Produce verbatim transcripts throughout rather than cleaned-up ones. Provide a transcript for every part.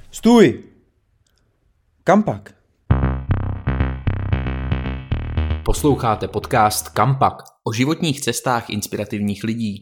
Stůj! Kam pak? Posloucháte podcast Kampak o životních cestách inspirativních lidí.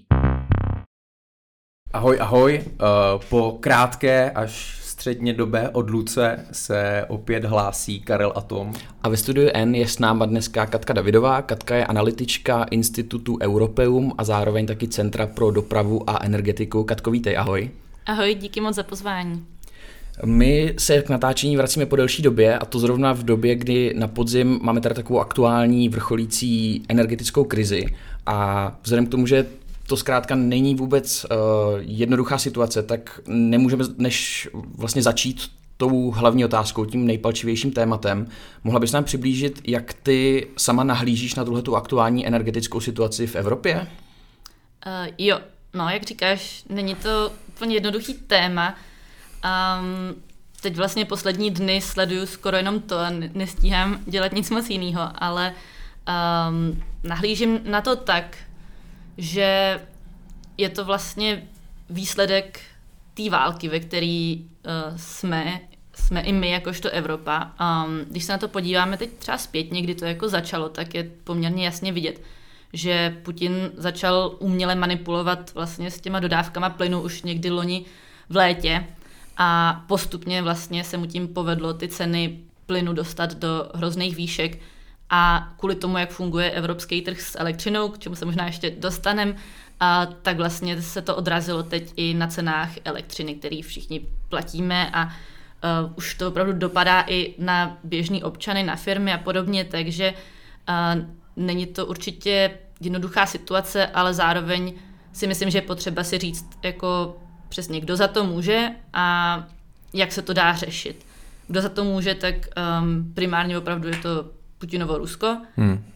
Ahoj, ahoj. Po krátké až střednědobé odluce se opět hlásí Karel a Tom. A ve studiu N je s náma dneska Katka Davidová. Katka je analytička Institutu Europeum a zároveň taky Centra pro dopravu a energetiku. Katko, vítej, ahoj. Ahoj, díky moc za pozvání. My se k natáčení vracíme po delší době, a to zrovna v době, kdy na podzim máme tady takovou aktuální vrcholící energetickou krizi. A vzhledem k tomu, že to zkrátka není vůbec uh, jednoduchá situace, tak nemůžeme než vlastně začít tou hlavní otázkou, tím nejpalčivějším tématem. Mohla bys nám přiblížit, jak ty sama nahlížíš na tuhletu aktuální energetickou situaci v Evropě? Uh, jo, no jak říkáš, není to úplně jednoduchý téma. Um, teď vlastně poslední dny sleduju skoro jenom to a nestíhám dělat nic moc jiného, ale um, nahlížím na to tak, že je to vlastně výsledek té války, ve které uh, jsme, jsme i my jakožto Evropa. Um, když se na to podíváme teď třeba zpětně, kdy to jako začalo, tak je poměrně jasně vidět, že Putin začal uměle manipulovat vlastně s těma dodávkama plynu už někdy loni v létě a postupně vlastně se mu tím povedlo ty ceny plynu dostat do hrozných výšek. A kvůli tomu, jak funguje evropský trh s elektřinou, k čemu se možná ještě dostaneme, a tak vlastně se to odrazilo teď i na cenách elektřiny, který všichni platíme, a uh, už to opravdu dopadá i na běžný občany, na firmy a podobně, takže uh, není to určitě jednoduchá situace, ale zároveň si myslím, že je potřeba si říct, jako přesně kdo za to může a jak se to dá řešit. Kdo za to může, tak um, primárně opravdu je to Putinovo Rusko, hmm. um,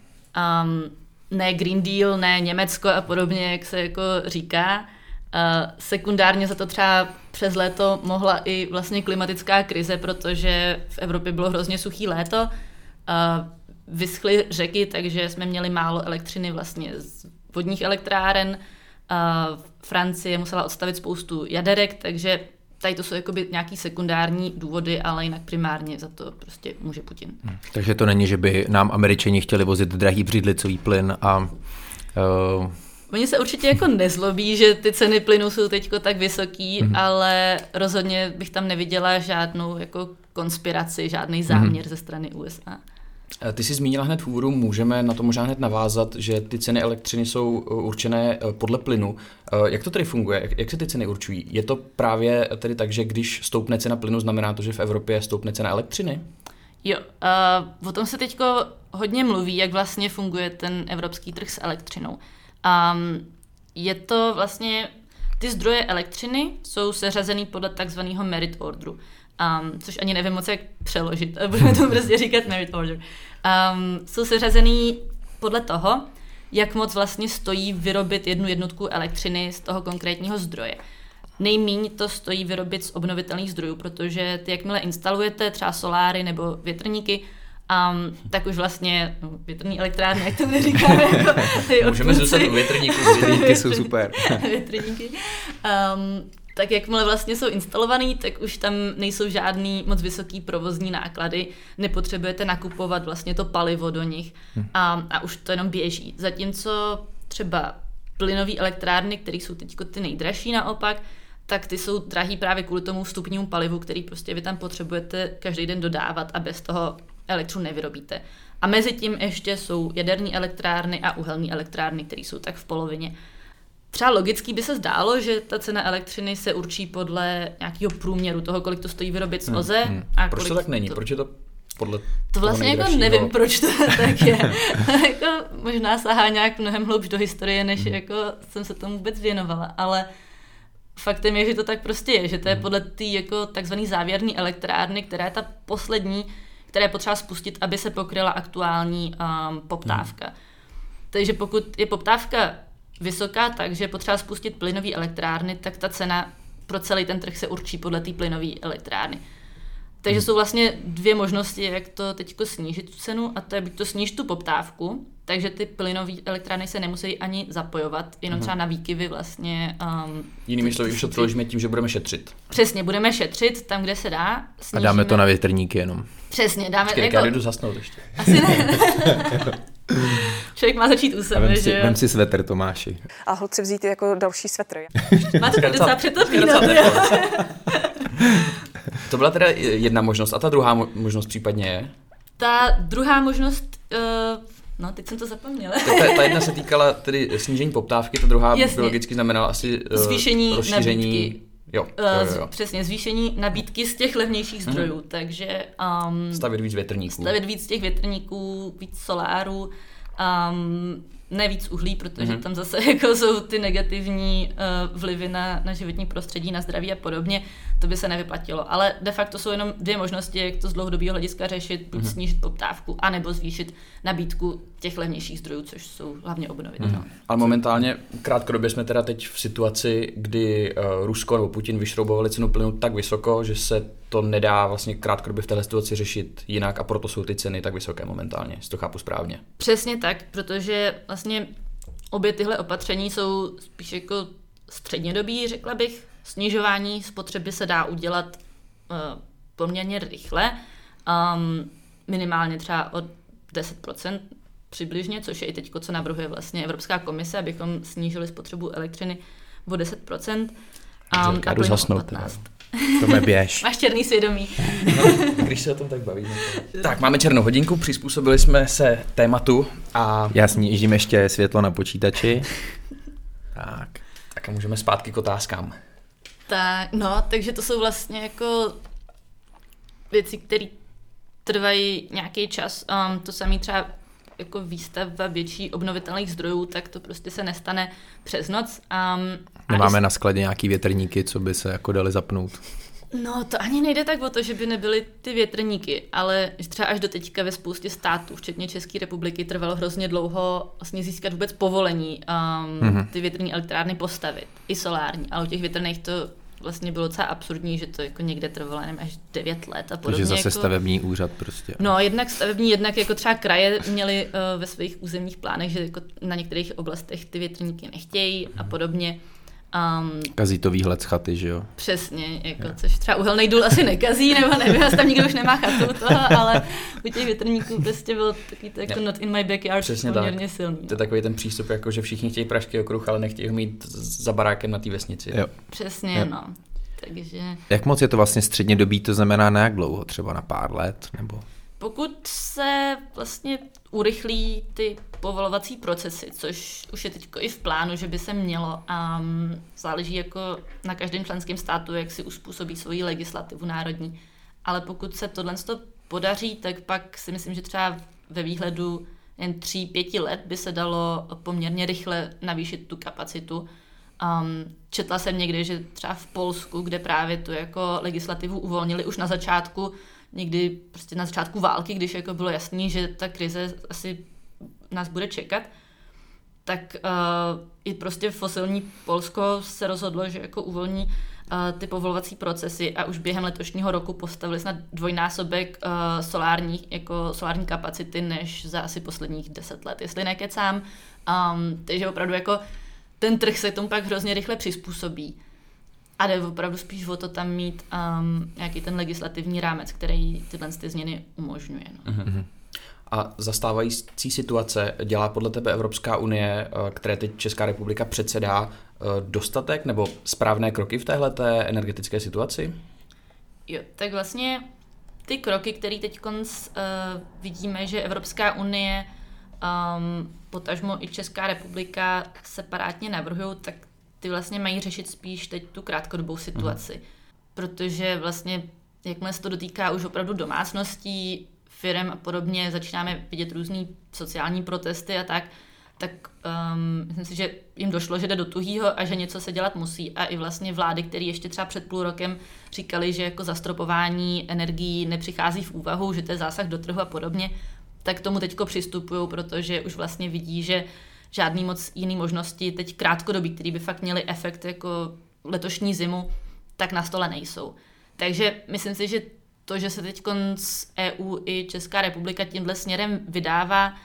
ne Green Deal, ne Německo a podobně, jak se jako říká. Uh, sekundárně za to třeba přes léto mohla i vlastně klimatická krize, protože v Evropě bylo hrozně suchý léto, uh, vyschly řeky, takže jsme měli málo elektřiny vlastně z vodních elektráren, uh, Francie musela odstavit spoustu jaderek, takže tady to jsou jakoby nějaký sekundární důvody, ale jinak primárně za to prostě může Putin. Hmm. Takže to není, že by nám Američani chtěli vozit drahý břidlicový plyn a... Uh... Oni se určitě jako nezlobí, že ty ceny plynu jsou teďko tak vysoký, mm-hmm. ale rozhodně bych tam neviděla žádnou jako konspiraci, žádný záměr mm-hmm. ze strany U S A. Ty jsi zmínila hned v úvodu, můžeme na to možná hned navázat, že ty ceny elektřiny jsou určené podle plynu. Jak to tedy funguje? Jak, jak se ty ceny určují? Je to právě tedy tak, že když stoupne cena plynu, znamená to, že v Evropě stoupne cena elektřiny? Jo, uh, o tom se teďko hodně mluví, jak vlastně funguje ten evropský trh s elektřinou. Um, je to vlastně, ty zdroje elektřiny jsou seřazený podle takzvaného merit orderu. Um, což ani nevím moc jak přeložit, budeme to prostě říkat merit order. Um, jsou seřazený podle toho, jak moc vlastně stojí vyrobit jednu jednotku elektřiny z toho konkrétního zdroje. Nejmíň to stojí vyrobit z obnovitelných zdrojů, protože ty jakmile instalujete třeba soláry nebo větrníky, um, tak už vlastně no, větrný elektrárny, jak to neříkáme. Jako, můžeme zůstat u větrníků, větrníky jsou super. větrníky. Um, tak jakmile vlastně jsou instalovaný, tak už tam nejsou žádný moc vysoký provozní náklady, nepotřebujete nakupovat vlastně to palivo do nich a, a už to jenom běží. Zatímco třeba plynové elektrárny, které jsou teď ty nejdražší naopak, tak ty jsou drahý právě kvůli tomu vstupnímu palivu, který prostě vy tam potřebujete každý den dodávat a bez toho elektřinu nevyrobíte. A mezi tím ještě jsou jaderní elektrárny a uhelní elektrárny, které jsou tak v polovině. Třeba logicky by se zdálo, že ta cena elektřiny se určí podle nějakého průměru toho, kolik to stojí vyrobit z O Z E. Hmm, hmm. A proč to tak není? To... Proč je to podle To vlastně jako nevím, proč to tak je. jako možná sahá nějak mnohem hloubš do historie, než hmm. jako jsem se tomu vůbec věnovala, ale faktem je, že to tak prostě je, že to je podle té jako takzvaný závěrný elektrárny, která je ta poslední, která je potřeba spustit, aby se pokryla aktuální um, poptávka. Hmm. Takže pokud je poptávka vysoká, takže je potřeba spustit plynové elektrárny, tak ta cena pro celý ten trh se určí podle té plynové elektrárny. Takže jsou vlastně dvě možnosti, jak to teďko snížit tu cenu, a to je buď to sníž tu poptávku, takže ty plynové elektrárny se nemusí ani zapojovat, jenom třeba na výkyvy vlastně. Um, Jinými slovy, už to přeložíme tím, že budeme šetřit. Přesně, budeme šetřit tam, kde se dá. Snížíme. A dáme to na větrníky jenom. Přesně, dáme. Počkej, jako... já jdu zasnout ještě. Asi ne. Člověk má začít u sebe, vem že si, vem si svetr, Tomáši. A holci vzít jako další svetry. Máte to docela přetopínat. To byla teda jedna možnost. A ta druhá mo- možnost případně je? Ta druhá možnost, uh, no teď jsem to zapomněla. ta, ta jedna se týkala tedy snížení poptávky, ta druhá Jasně. biologicky znamenala asi uh, zvýšení rozšíření... nabídky. Jo, jo, jo, jo. Uh, přesně, zvýšení nabídky z těch levnějších zdrojů, mm. takže... Um, stavět víc větrníků. Stavět víc těch větrníků, víc solárů, um, ne víc uhlí, protože mm. tam zase jako jsou ty negativní uh, vlivy na, na životní prostředí, na zdraví a podobně, to by se nevyplatilo. Ale de facto jsou jenom dvě možnosti, jak to z dlouhodobého hlediska řešit, buď mm. snížit poptávku, anebo zvýšit nabídku těch levnějších zdrojů, což jsou hlavně obnovitelné. Mm. Ale momentálně krátkodobě jsme teda teď v situaci, kdy uh, Rusko nebo Putin vyšroubovali cenu plynu tak vysoko, že se to nedá vlastně krátkodobě v téhle situaci řešit jinak a proto jsou ty ceny tak vysoké momentálně, jestli to chápu správně. Přesně tak, protože vlastně obě tyhle opatření jsou spíš jako střednědobí, řekla bych. Snižování spotřeby se dá udělat uh, poměrně rychle, um, minimálně třeba o deset procent přibližně, což je i teď, co navrhuje vlastně Evropská komise, abychom snížili spotřebu elektřiny o deset procent. Um, Já jdu zasnout. To mě běž. Máš černý svědomí. No, když se o tom tak bavíme. Tak, máme černou hodinku, přizpůsobili jsme se tématu a... Já snížím ještě světlo na počítači. Tak. Tak a můžeme zpátky k otázkám. Tak, no, takže to jsou vlastně jako věci, které trvají nějaký čas. Um, to samé třeba jako výstavba větší obnovitelných zdrojů, tak to prostě se nestane přes noc. Um, Nemáme i... na skladě nějaký větrníky, co by se jako dali zapnout? No, to ani nejde tak o to, že by nebyly ty větrníky, ale třeba až do teďka ve spoustě států, včetně České republiky, trvalo hrozně dlouho vlastně získat vůbec povolení um, mm-hmm. ty větrní elektrárny postavit, i solární, ale u těch větrných to vlastně bylo docela absurdní, že to jako někde trvalo nevím, až devět let a podobně. Takže zase jako... stavební úřad prostě. No, jednak stavební, jednak jako třeba kraje měly uh, ve svých územních plánech, že jako na některých oblastech ty větrníky nechtějí a podobně. Um, Kazí to výhled z chaty, že jo? Přesně, jako, což třeba uhelný důl asi nekazí, nebo nevím, tam nikdo už nemá chatu toho, ale u těch větrníků prostě byl takový to jako not in my backyard, přesně poměrně tak. silný. No. To je takový ten přístup, jako, že všichni chtějí Pražský okruh, ale nechtějí ho mít za barákem na té vesnici. Jo. Přesně, jo. No. Takže... Jak moc je to vlastně střednědobí, to znamená na jak dlouho? Třeba na pár let? Nebo... Pokud se vlastně urychlí ty povolovací procesy, což už je teď i v plánu, že by se mělo, a um, záleží jako na každém členském státu, jak si uspůsobí svoji legislativu národní. Ale pokud se tohle podaří, tak pak si myslím, že třeba ve výhledu jen tří, pěti let by se dalo poměrně rychle navýšit tu kapacitu. Um, četla jsem někdy, že třeba v Polsku, kde právě tu jako legislativu uvolnili už na začátku, někdy prostě na začátku války, když jako bylo jasný, že ta krize asi nás bude čekat, tak uh, i prostě fosilní Polsko se rozhodlo, že jako uvolní uh, ty povolovací procesy a už během letošního roku postavili snad dvojnásobek uh, solární, jako solární kapacity než za asi posledních deset let, jestli nekecám. Um, takže opravdu jako ten trh se tomu pak hrozně rychle přizpůsobí. A jde opravdu spíš o to tam mít um, nějaký ten legislativní rámec, který tyhle ty změny umožňuje. No. Mm-hmm. A zastávající situace dělá podle tebe Evropská unie, které teď Česká republika předsedá, dostatek nebo správné kroky v téhleté energetické situaci? Jo, tak vlastně ty kroky, které teď uh, vidíme, že Evropská unie, um, potažmo i Česká republika separátně navrhují, tak ty vlastně mají řešit spíš teď tu krátkodobou situaci. Mm. Protože vlastně, jakmile se to dotýká už opravdu domácností, firem a podobně, začínáme vidět různý sociální protesty a tak, tak um, myslím si, že jim došlo, že jde do tuhýho a že něco se dělat musí. A i vlastně vlády, které ještě třeba před půl rokem říkali, že jako zastropování energií nepřichází v úvahu, že to je zásah do trhu a podobně, tak k tomu teďko přistupují, protože už vlastně vidí, že žádný moc jiný možnosti teď krátkodobí, který by fakt měli efekt jako letošní zimu, tak na stole nejsou. Takže myslím si, že to, že se teď z E U i Česká republika tímhle směrem vydává,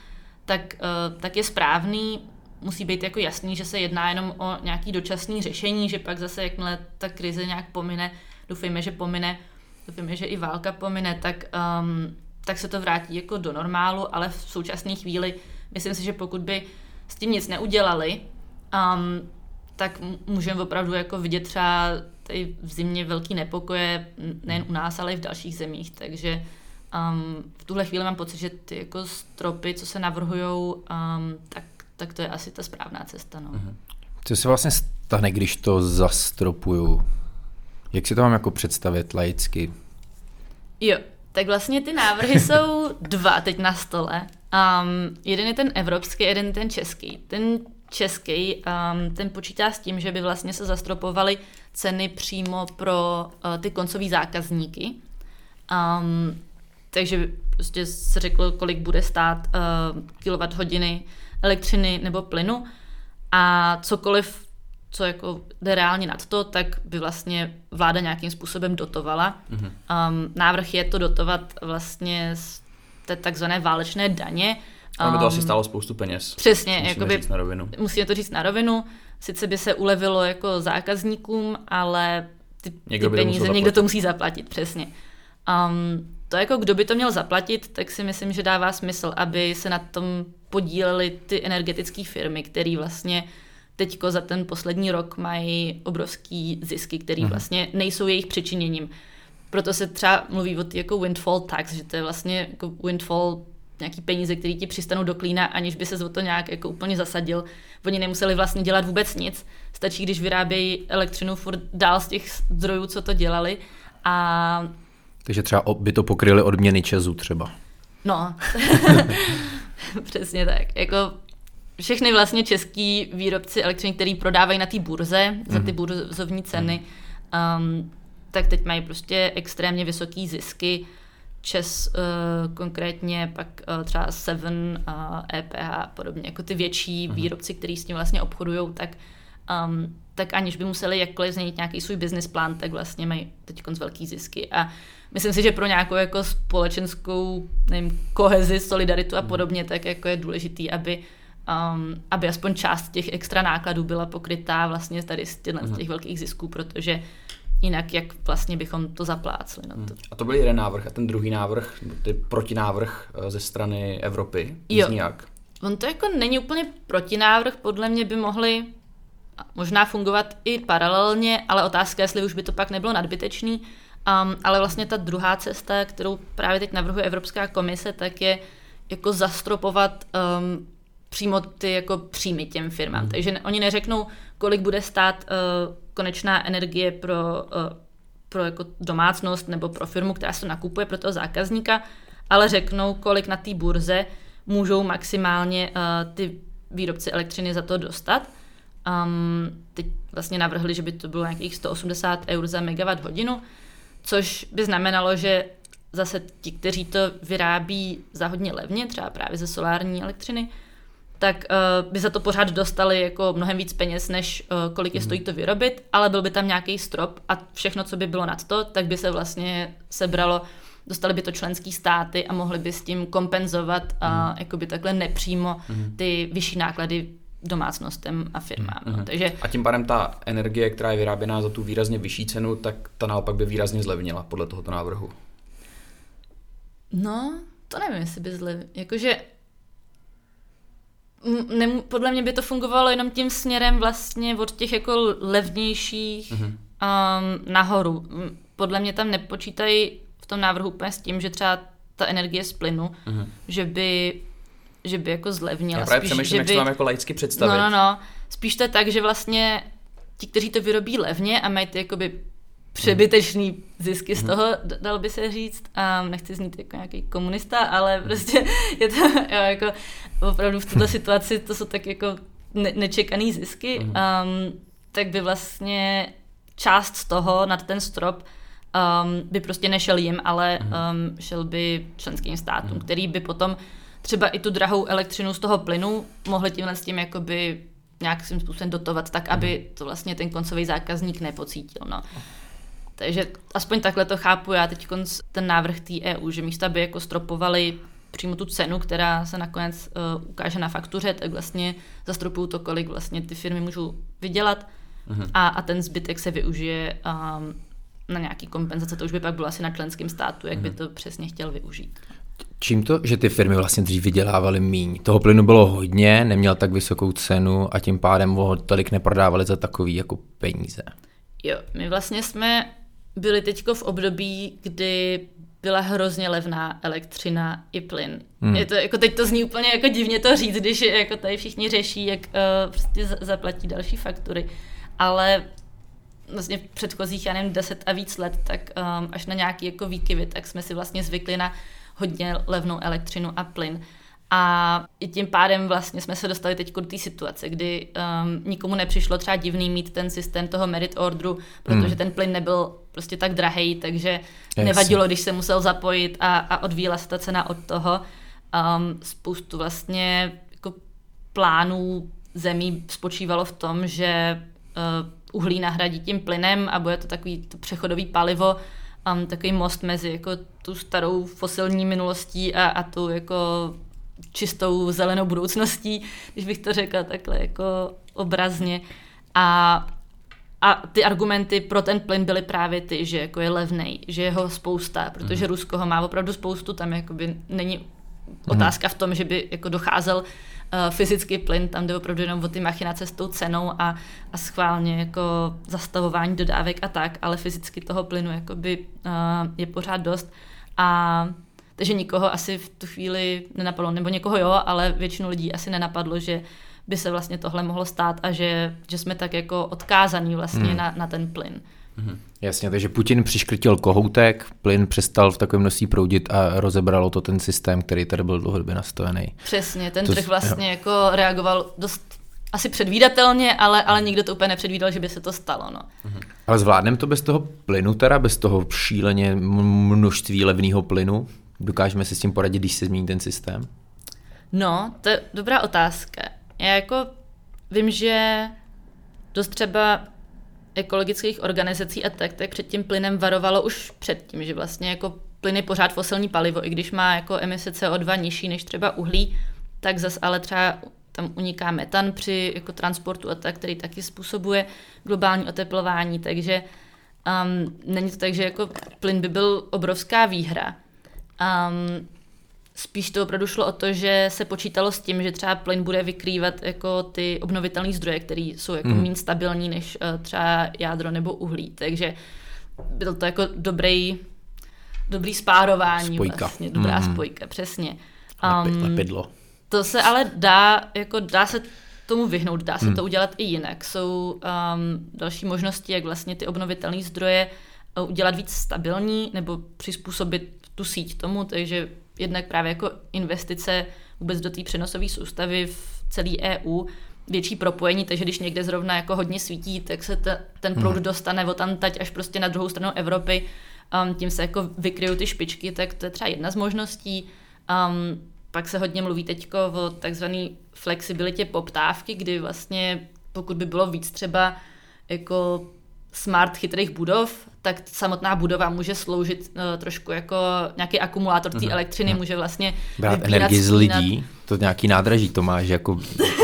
tak, uh, tak je správný. Musí být jako jasný, že se jedná jenom o nějaký dočasný řešení, že pak zase jakmile ta krize nějak pomine, doufejme, že pomine, doufejme, že i válka pomine, tak, um, tak se to vrátí jako do normálu, ale v současné chvíli myslím si, že pokud by s tím nic neudělali, um, tak můžeme opravdu jako vidět třeba tady v zimě velký nepokoje, nejen u nás, ale i v dalších zemích, takže um, v tuhle chvíli mám pocit, že ty jako stropy, co se navrhujou, um, tak, tak to je asi ta správná cesta. No. Co se vlastně stane, když to zastropuju? Jak si to mám jako představit laicky? Jo, tak vlastně ty návrhy jsou dva teď na stole. Um, jeden je ten evropský, jeden ten český. Ten český, um, ten počítá s tím, že by vlastně se zastropovaly ceny přímo pro uh, ty koncový zákazníky. Um, takže prostě se řeklo, kolik bude stát uh, kilowatthodiny elektřiny nebo plynu a cokoliv, co jako jde reálně nad to, tak by vlastně vláda nějakým způsobem dotovala. Mm-hmm. Um, návrh je to dotovat vlastně z té takzvané válečné daně. Ale by to um, asi stálo spoustu peněz. Přesně. Musíme jakoby, říct na rovinu. Musíme to říct na rovinu. Sice by se ulevilo jako zákazníkům, ale ty, ty peníze někdo to musí zaplatit. Přesně. Um, to jako kdo by to měl zaplatit, tak si myslím, že dává smysl, aby se na tom podílely ty energetické firmy, které vlastně teďko za ten poslední rok mají obrovský zisky, které mm. vlastně nejsou jejich přičiněním. Proto se třeba mluví o ty jako windfall tax, že to je vlastně jako windfall nějaký peníze, které ti přistanou do klína, aniž by se o to nějak jako úplně zasadil. Oni nemuseli vlastně dělat vůbec nic. Stačí, když vyrábějí elektřinu furt dál z těch zdrojů, co to dělali. A takže třeba by to pokryly odměny ČEZu třeba. No, přesně tak. Jako všechny vlastně český výrobci elektřiny, který prodávají na té burze, mm. za ty burzovní ceny, um, tak teď mají prostě extrémně vysoký zisky. ČEZ uh, konkrétně, pak uh, třeba Seven, uh, E P H a podobně, jako ty větší mm. výrobci, kteří s tím vlastně obchodují, tak um, tak aniž by museli jakkoliv změnit nějaký svůj business plán, tak vlastně mají teď konc velký zisky. A myslím si, že pro nějakou jako společenskou, nevím, kohezi, solidaritu a podobně, tak jako je důležitý, aby, um, aby aspoň část těch extra nákladů byla pokrytá vlastně tady z těch, z těch velkých zisků, protože jinak jak vlastně bychom to zaplácli. No to. A to byl jeden návrh. A ten druhý návrh, ty protinávrh ze strany Evropy, zní jak? On to jako není úplně protinávrh, podle mě by mohli možná fungovat i paralelně, ale otázka, jestli už by to pak nebylo nadbytečný. Um, ale vlastně ta druhá cesta, kterou právě teď navrhuje Evropská komise, tak je jako zastropovat um, přímo ty jako příjmy těm firmám. Mm. Takže oni neřeknou, kolik bude stát uh, konečná energie pro, uh, pro jako domácnost nebo pro firmu, která se nakupuje pro toho zákazníka, ale řeknou, kolik na té burze můžou maximálně uh, ty výrobci elektřiny za to dostat. Um, teď vlastně navrhli, že by to bylo nějakých sto osmdesát eur za megawatt hodinu, což by znamenalo, že zase ti, kteří to vyrábí za hodně levně, třeba právě ze solární elektřiny, tak uh, by za to pořád dostali jako mnohem víc peněz, než uh, kolik je stojí to vyrobit, ale byl by tam nějaký strop a všechno, co by bylo nad to, tak by se vlastně sebralo, dostali by to členský státy a mohli by s tím kompenzovat a uh, jakoby takhle nepřímo ty vyšší náklady domácnostem a firmám. Mm-hmm. No, takže a tím pádem ta energie, která je vyráběná za tu výrazně vyšší cenu, tak ta naopak by výrazně zlevnila podle tohoto návrhu. No, to nevím, jestli by zlevnila. Jakože ne, podle mě by to fungovalo jenom tím směrem vlastně od těch jako levnějších mm-hmm. um, nahoru. Podle mě tam nepočítají v tom návrhu úplně s tím, že třeba ta energie z plynu, mm-hmm. že by že by jako zlevnila. Já právě spíš, přemýšlím, jak by... se mám jako laicky představit. No, no, no. Spíš to je tak, že vlastně ti, kteří to vyrobí levně a mají ty jakoby přebytečný zisky mm. z toho, dal by se říct, a nechci znít jako nějaký komunista, ale prostě je to jo, jako opravdu v této situaci, to jsou tak jako ne- nečekaný zisky, mm. um, tak by vlastně část z toho nad ten strop um, by prostě nešel jim, ale um, šel by členským státům, mm. který by potom třeba i tu drahou elektřinu z toho plynu mohli tímhle s tím jakoby nějakým způsobem dotovat, tak aby to vlastně ten koncový zákazník nepocítil. No. Takže aspoň takhle to chápu já teď ten návrh té E U, že místo by jako stropovali přímo tu cenu, která se nakonec uh, ukáže na faktuře, tak vlastně zastropují to, kolik vlastně ty firmy můžou vydělat uh-huh. a, a ten zbytek se využije um, na nějaký kompenzace, to už by pak bylo asi na členském státu, jak uh-huh. by to přesně chtěl využít. Čím to, že ty firmy vlastně dřív vydělávaly míň? Toho plynu bylo hodně, neměl tak vysokou cenu a tím pádem ho tolik neprodávali za takový jako peníze. Jo, my vlastně jsme byli teďko v období, kdy byla hrozně levná elektřina i plyn. Hmm. Je to, jako teď to zní úplně jako divně to říct, když jako tady všichni řeší, jak uh, prostě zaplatí další faktury. Ale vlastně v předchozích, já nevím, deset a víc let, tak um, až na nějaký jako výkyvy, tak jsme si vlastně zvykli na hodně levnou elektřinu a plyn. A i tím pádem vlastně jsme se dostali teď do té situace, kdy um, nikomu nepřišlo třeba divný mít ten systém toho merit orderu, protože hmm. ten plyn nebyl prostě tak drahej, takže yes. nevadilo, když se musel zapojit a, a odvíjela se ta cena od toho. Um, spoustu vlastně jako plánů zemí spočívalo v tom, že uh, uhlí nahradí tím plynem a bude to takový to přechodový palivo, um, takový most mezi jako tu starou fosilní minulostí a, a tu jako čistou zelenou budoucností, když bych to řekla takhle jako obrazně. A, a ty argumenty pro ten plyn byly právě ty, že jako je levnej, že je ho spousta, protože mm. Rusko ho má opravdu spoustu, tam jakoby není otázka v tom, že by jako docházel uh, fyzický plyn, tam jde opravdu jenom o ty machinace s tou cenou a, a schválně jako zastavování dodávek a tak, ale fyzicky toho plynu jakoby, uh, je pořád dost. A takže nikoho asi v tu chvíli nenapadlo, nebo někoho jo, ale většinu lidí asi nenapadlo, že by se vlastně tohle mohlo stát a že, že jsme tak jako odkázaní vlastně hmm. na, na ten plyn. Hmm. Jasně, takže Putin přiškrtil kohoutek, plyn přestal v takovém množství proudit a rozebralo to ten systém, který tady byl dlouhodobě nastavený. Přesně, ten to trh vlastně jo. jako reagoval dost asi předvídatelně, ale, ale nikdo to úplně nepředvídal, že by se to stalo. No. Hmm. Ale zvládneme to bez toho plynu teda, bez toho šíleně množství levného plynu? Dokážeme si s tím poradit, když se změní ten systém? No, to je dobrá otázka. Já jako vím, že dost třeba ekologických organizací a tak, tak před tím plynem varovalo už předtím, že vlastně jako plyn je pořád fosilní palivo, i když má jako emise C O dva nižší než třeba uhlí, tak zas ale třeba tam uniká metan při jako transportu a tak, který taky způsobuje globální oteplování, takže um, není to tak, že jako plyn by byl obrovská výhra. Um, spíš to opravdu šlo o to, že se počítalo s tím, že třeba plyn bude vykrývat jako ty obnovitelné zdroje, které jsou jako mm. méně stabilní než uh, třeba jádro nebo uhlí. Takže byl to jako dobrý, dobrý spárování. Spojka. Vlastně, dobrá mm. spojka, přesně. Um, Lepidlo. To se ale dá, jako dá se tomu vyhnout, dá se mm. to udělat i jinak. Jsou um, další možnosti, jak vlastně ty obnovitelné zdroje uh, udělat víc stabilní nebo přizpůsobit tu síť tomu, takže jednak právě jako investice vůbec do té přenosové soustavy v celé E U, větší propojení, takže když někde zrovna jako hodně svítí, tak se ta, ten proud hmm. dostane odtamtať až prostě na druhou stranu Evropy, um, tím se jako vykryjou ty špičky, tak to je třeba jedna z možností. Um, pak se hodně mluví teďko o takzvané flexibilitě poptávky, kdy vlastně pokud by bylo víc třeba jako smart chytrých budov, tak samotná budova může sloužit uh, trošku jako nějaký akumulátor té elektřiny, uh-huh. může vlastně brát energii z lidí, to nějaký nádraží to máš, jako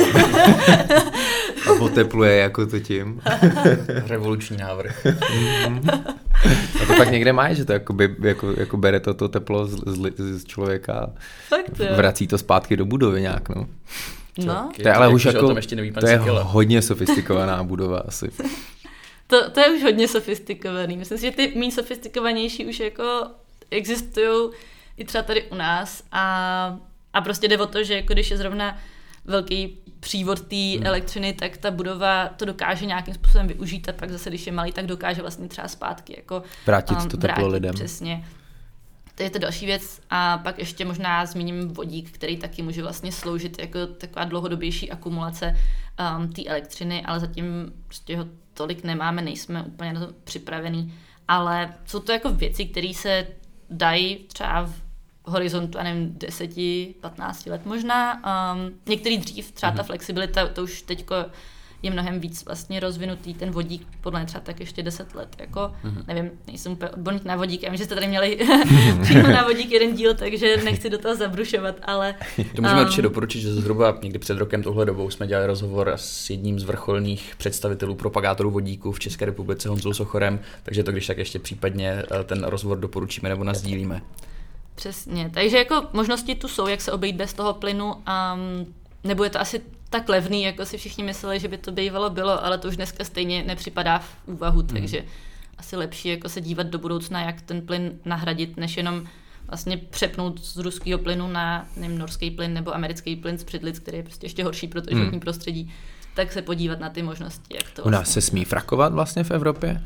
a otepluje jako to tím. Revoluční návrh. A to tak někde máš, že to jakoby, jako, jako bere to, to teplo z, z, z člověka a vrací to zpátky do budovy nějak, no. No. To je ale jak už jako, neví, to je hodně sofistikovaná budova asi. To, to je už hodně sofistikovaný. Myslím si, že ty méně sofistikovanější už jako existují i třeba tady u nás a, a prostě jde o to, že jako když je zrovna velký přívod té hmm. elektřiny, tak ta budova to dokáže nějakým způsobem využít a pak zase, když je malý, tak dokáže vlastně třeba zpátky jako vrátit um, to teplo vrátit, lidem. Přesně. To je to další věc a pak ještě možná zmíním vodík, který taky může vlastně sloužit jako taková dlouhodobější akumulace um, té elektřiny, ale zatím prostě ho tolik nemáme, nejsme úplně na to připravený, ale jsou to jako věci, které se dají třeba v horizontu, já nevím, deset patnáct let možná. Um, některý dřív, třeba ta flexibilita, to už teďko je mnohem víc vlastně rozvinutý ten vodík, podle mě třeba tak ještě deset let, jako, mm-hmm. nevím, nejsem úplně odborník na vodík, já vím, že jste tady měli přímo na vodík jeden díl, takže nechci do toho zabrušovat, ale... To můžeme um, určitě doporučit, že zhruba někdy před rokem tohle dobou jsme dělali rozhovor s jedním z vrcholných představitelů propagátorů vodíku v České republice, Honzou Sochorem, takže to když tak ještě případně ten rozhovor doporučíme nebo nasdílíme. Přesně, takže jako možnosti tu jsou, jak se obejít bez toho plynu a um, nebude to asi tak levný, jako si všichni mysleli, že by to bývalo bylo, ale to už dneska stejně nepřipadá v úvahu, mm. takže asi lepší jako se dívat do budoucna, jak ten plyn nahradit, než jenom vlastně přepnout z ruského plynu na nevím, norský plyn nebo americký plyn z Břidlic, který je prostě ještě horší pro to životní mm. prostředí, tak se podívat na ty možnosti, jak to U nás vlastně se smí frakovat vlastně v Evropě?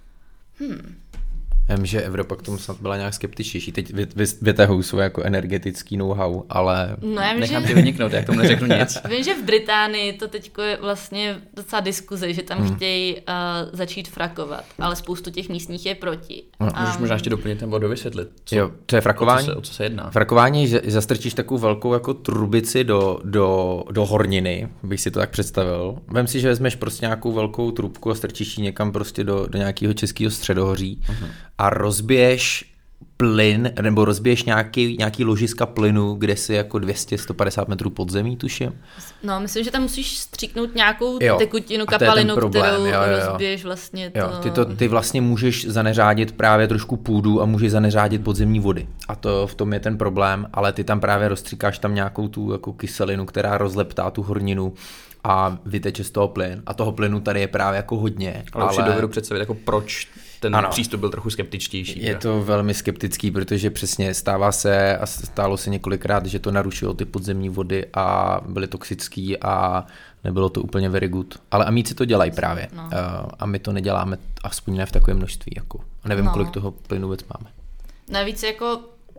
Hmm. Vím, že Evropa k tomu snad byla nějak skeptičtější. Teď vytahují svůj jako energetický know-how, ale no, já vím, nechám že... tě vyniknout, já k tomu neřeknu nic. Vím, že v Británii to teďko je vlastně docela diskuze, že tam hmm. chtějí uh, začít frakovat, ale spoustu těch místních je proti. No. Um, Můžeš možná ještě doplnit nebo dovysvětlit, co, jo, to je frakování? O co se, o co se jedná? Frakování, že zastrčíš takovou velkou jako trubici do, do, do horniny, bych si to tak představil. Vem si, že vezmeš prostě nějakou velkou trubku a strčíš ji někam prostě do, do nějakého českého středohoří uh-huh. a rozbiješ plyn, nebo rozbiješ nějaký, nějaký ložiska plynu, kde si jako dvě stě až sto padesát metrů pod zemí, tuším. No, myslím, že tam musíš stříknout nějakou jo, tekutinu, kapalinu, kterou jo, jo, jo. rozbiješ vlastně to... Jo, ty, to, ty vlastně můžeš zaneřádit právě trošku půdu a můžeš zaneřádit podzemní vody. A to v tom je ten problém, ale ty tam právě rozstříkáš tam nějakou tu jako kyselinu, která rozleptá tu horninu a vyteče z toho plyn. A toho plynu tady je právě jako hodně. Ale, ale... už si dovedu představit, jako proč ten ano. přístup byl trochu skeptičtější. Je to velmi skeptický, protože přesně stává se a stálo se několikrát, že to narušilo ty podzemní vody a byly toxický a nebylo to úplně very good. Ale amíci to dělají právě. No. A my to neděláme, aspoň ne v takovém množství. Jako. A nevím, no. kolik toho plynu vůbec máme. Navíc jako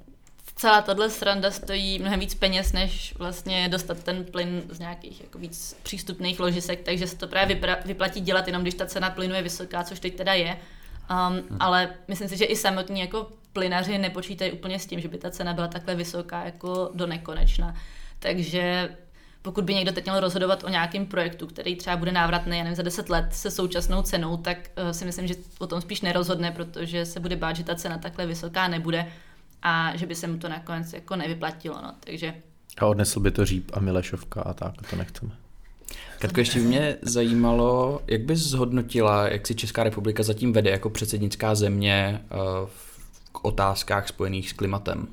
celá tahle sranda stojí mnohem víc peněz, než vlastně dostat ten plyn z nějakých jako víc přístupných ložisek, takže se to právě vypra- vyplatí dělat jenom, když ta cena plynu je vysoká, což teď teda je. Um, hmm. Ale myslím si, že i samotní jako plynaři nepočítají úplně s tím, že by ta cena byla takhle vysoká jako do nekonečna. Takže pokud by někdo teď měl rozhodovat o nějakém projektu, který třeba bude návratný, já nevím, za deset let se současnou cenou, tak uh, si myslím, že o tom spíš nerozhodne, protože se bude bát, že ta cena takhle vysoká nebude a že by se mu to nakonec jako nevyplatilo. No. Takže... A odnesl by to Říp a Milešovka a tak, to nechceme. Katko, ještě mě zajímalo, jak bys zhodnotila, jak si Česká republika zatím vede jako předsednická země v otázkách spojených s klimatem?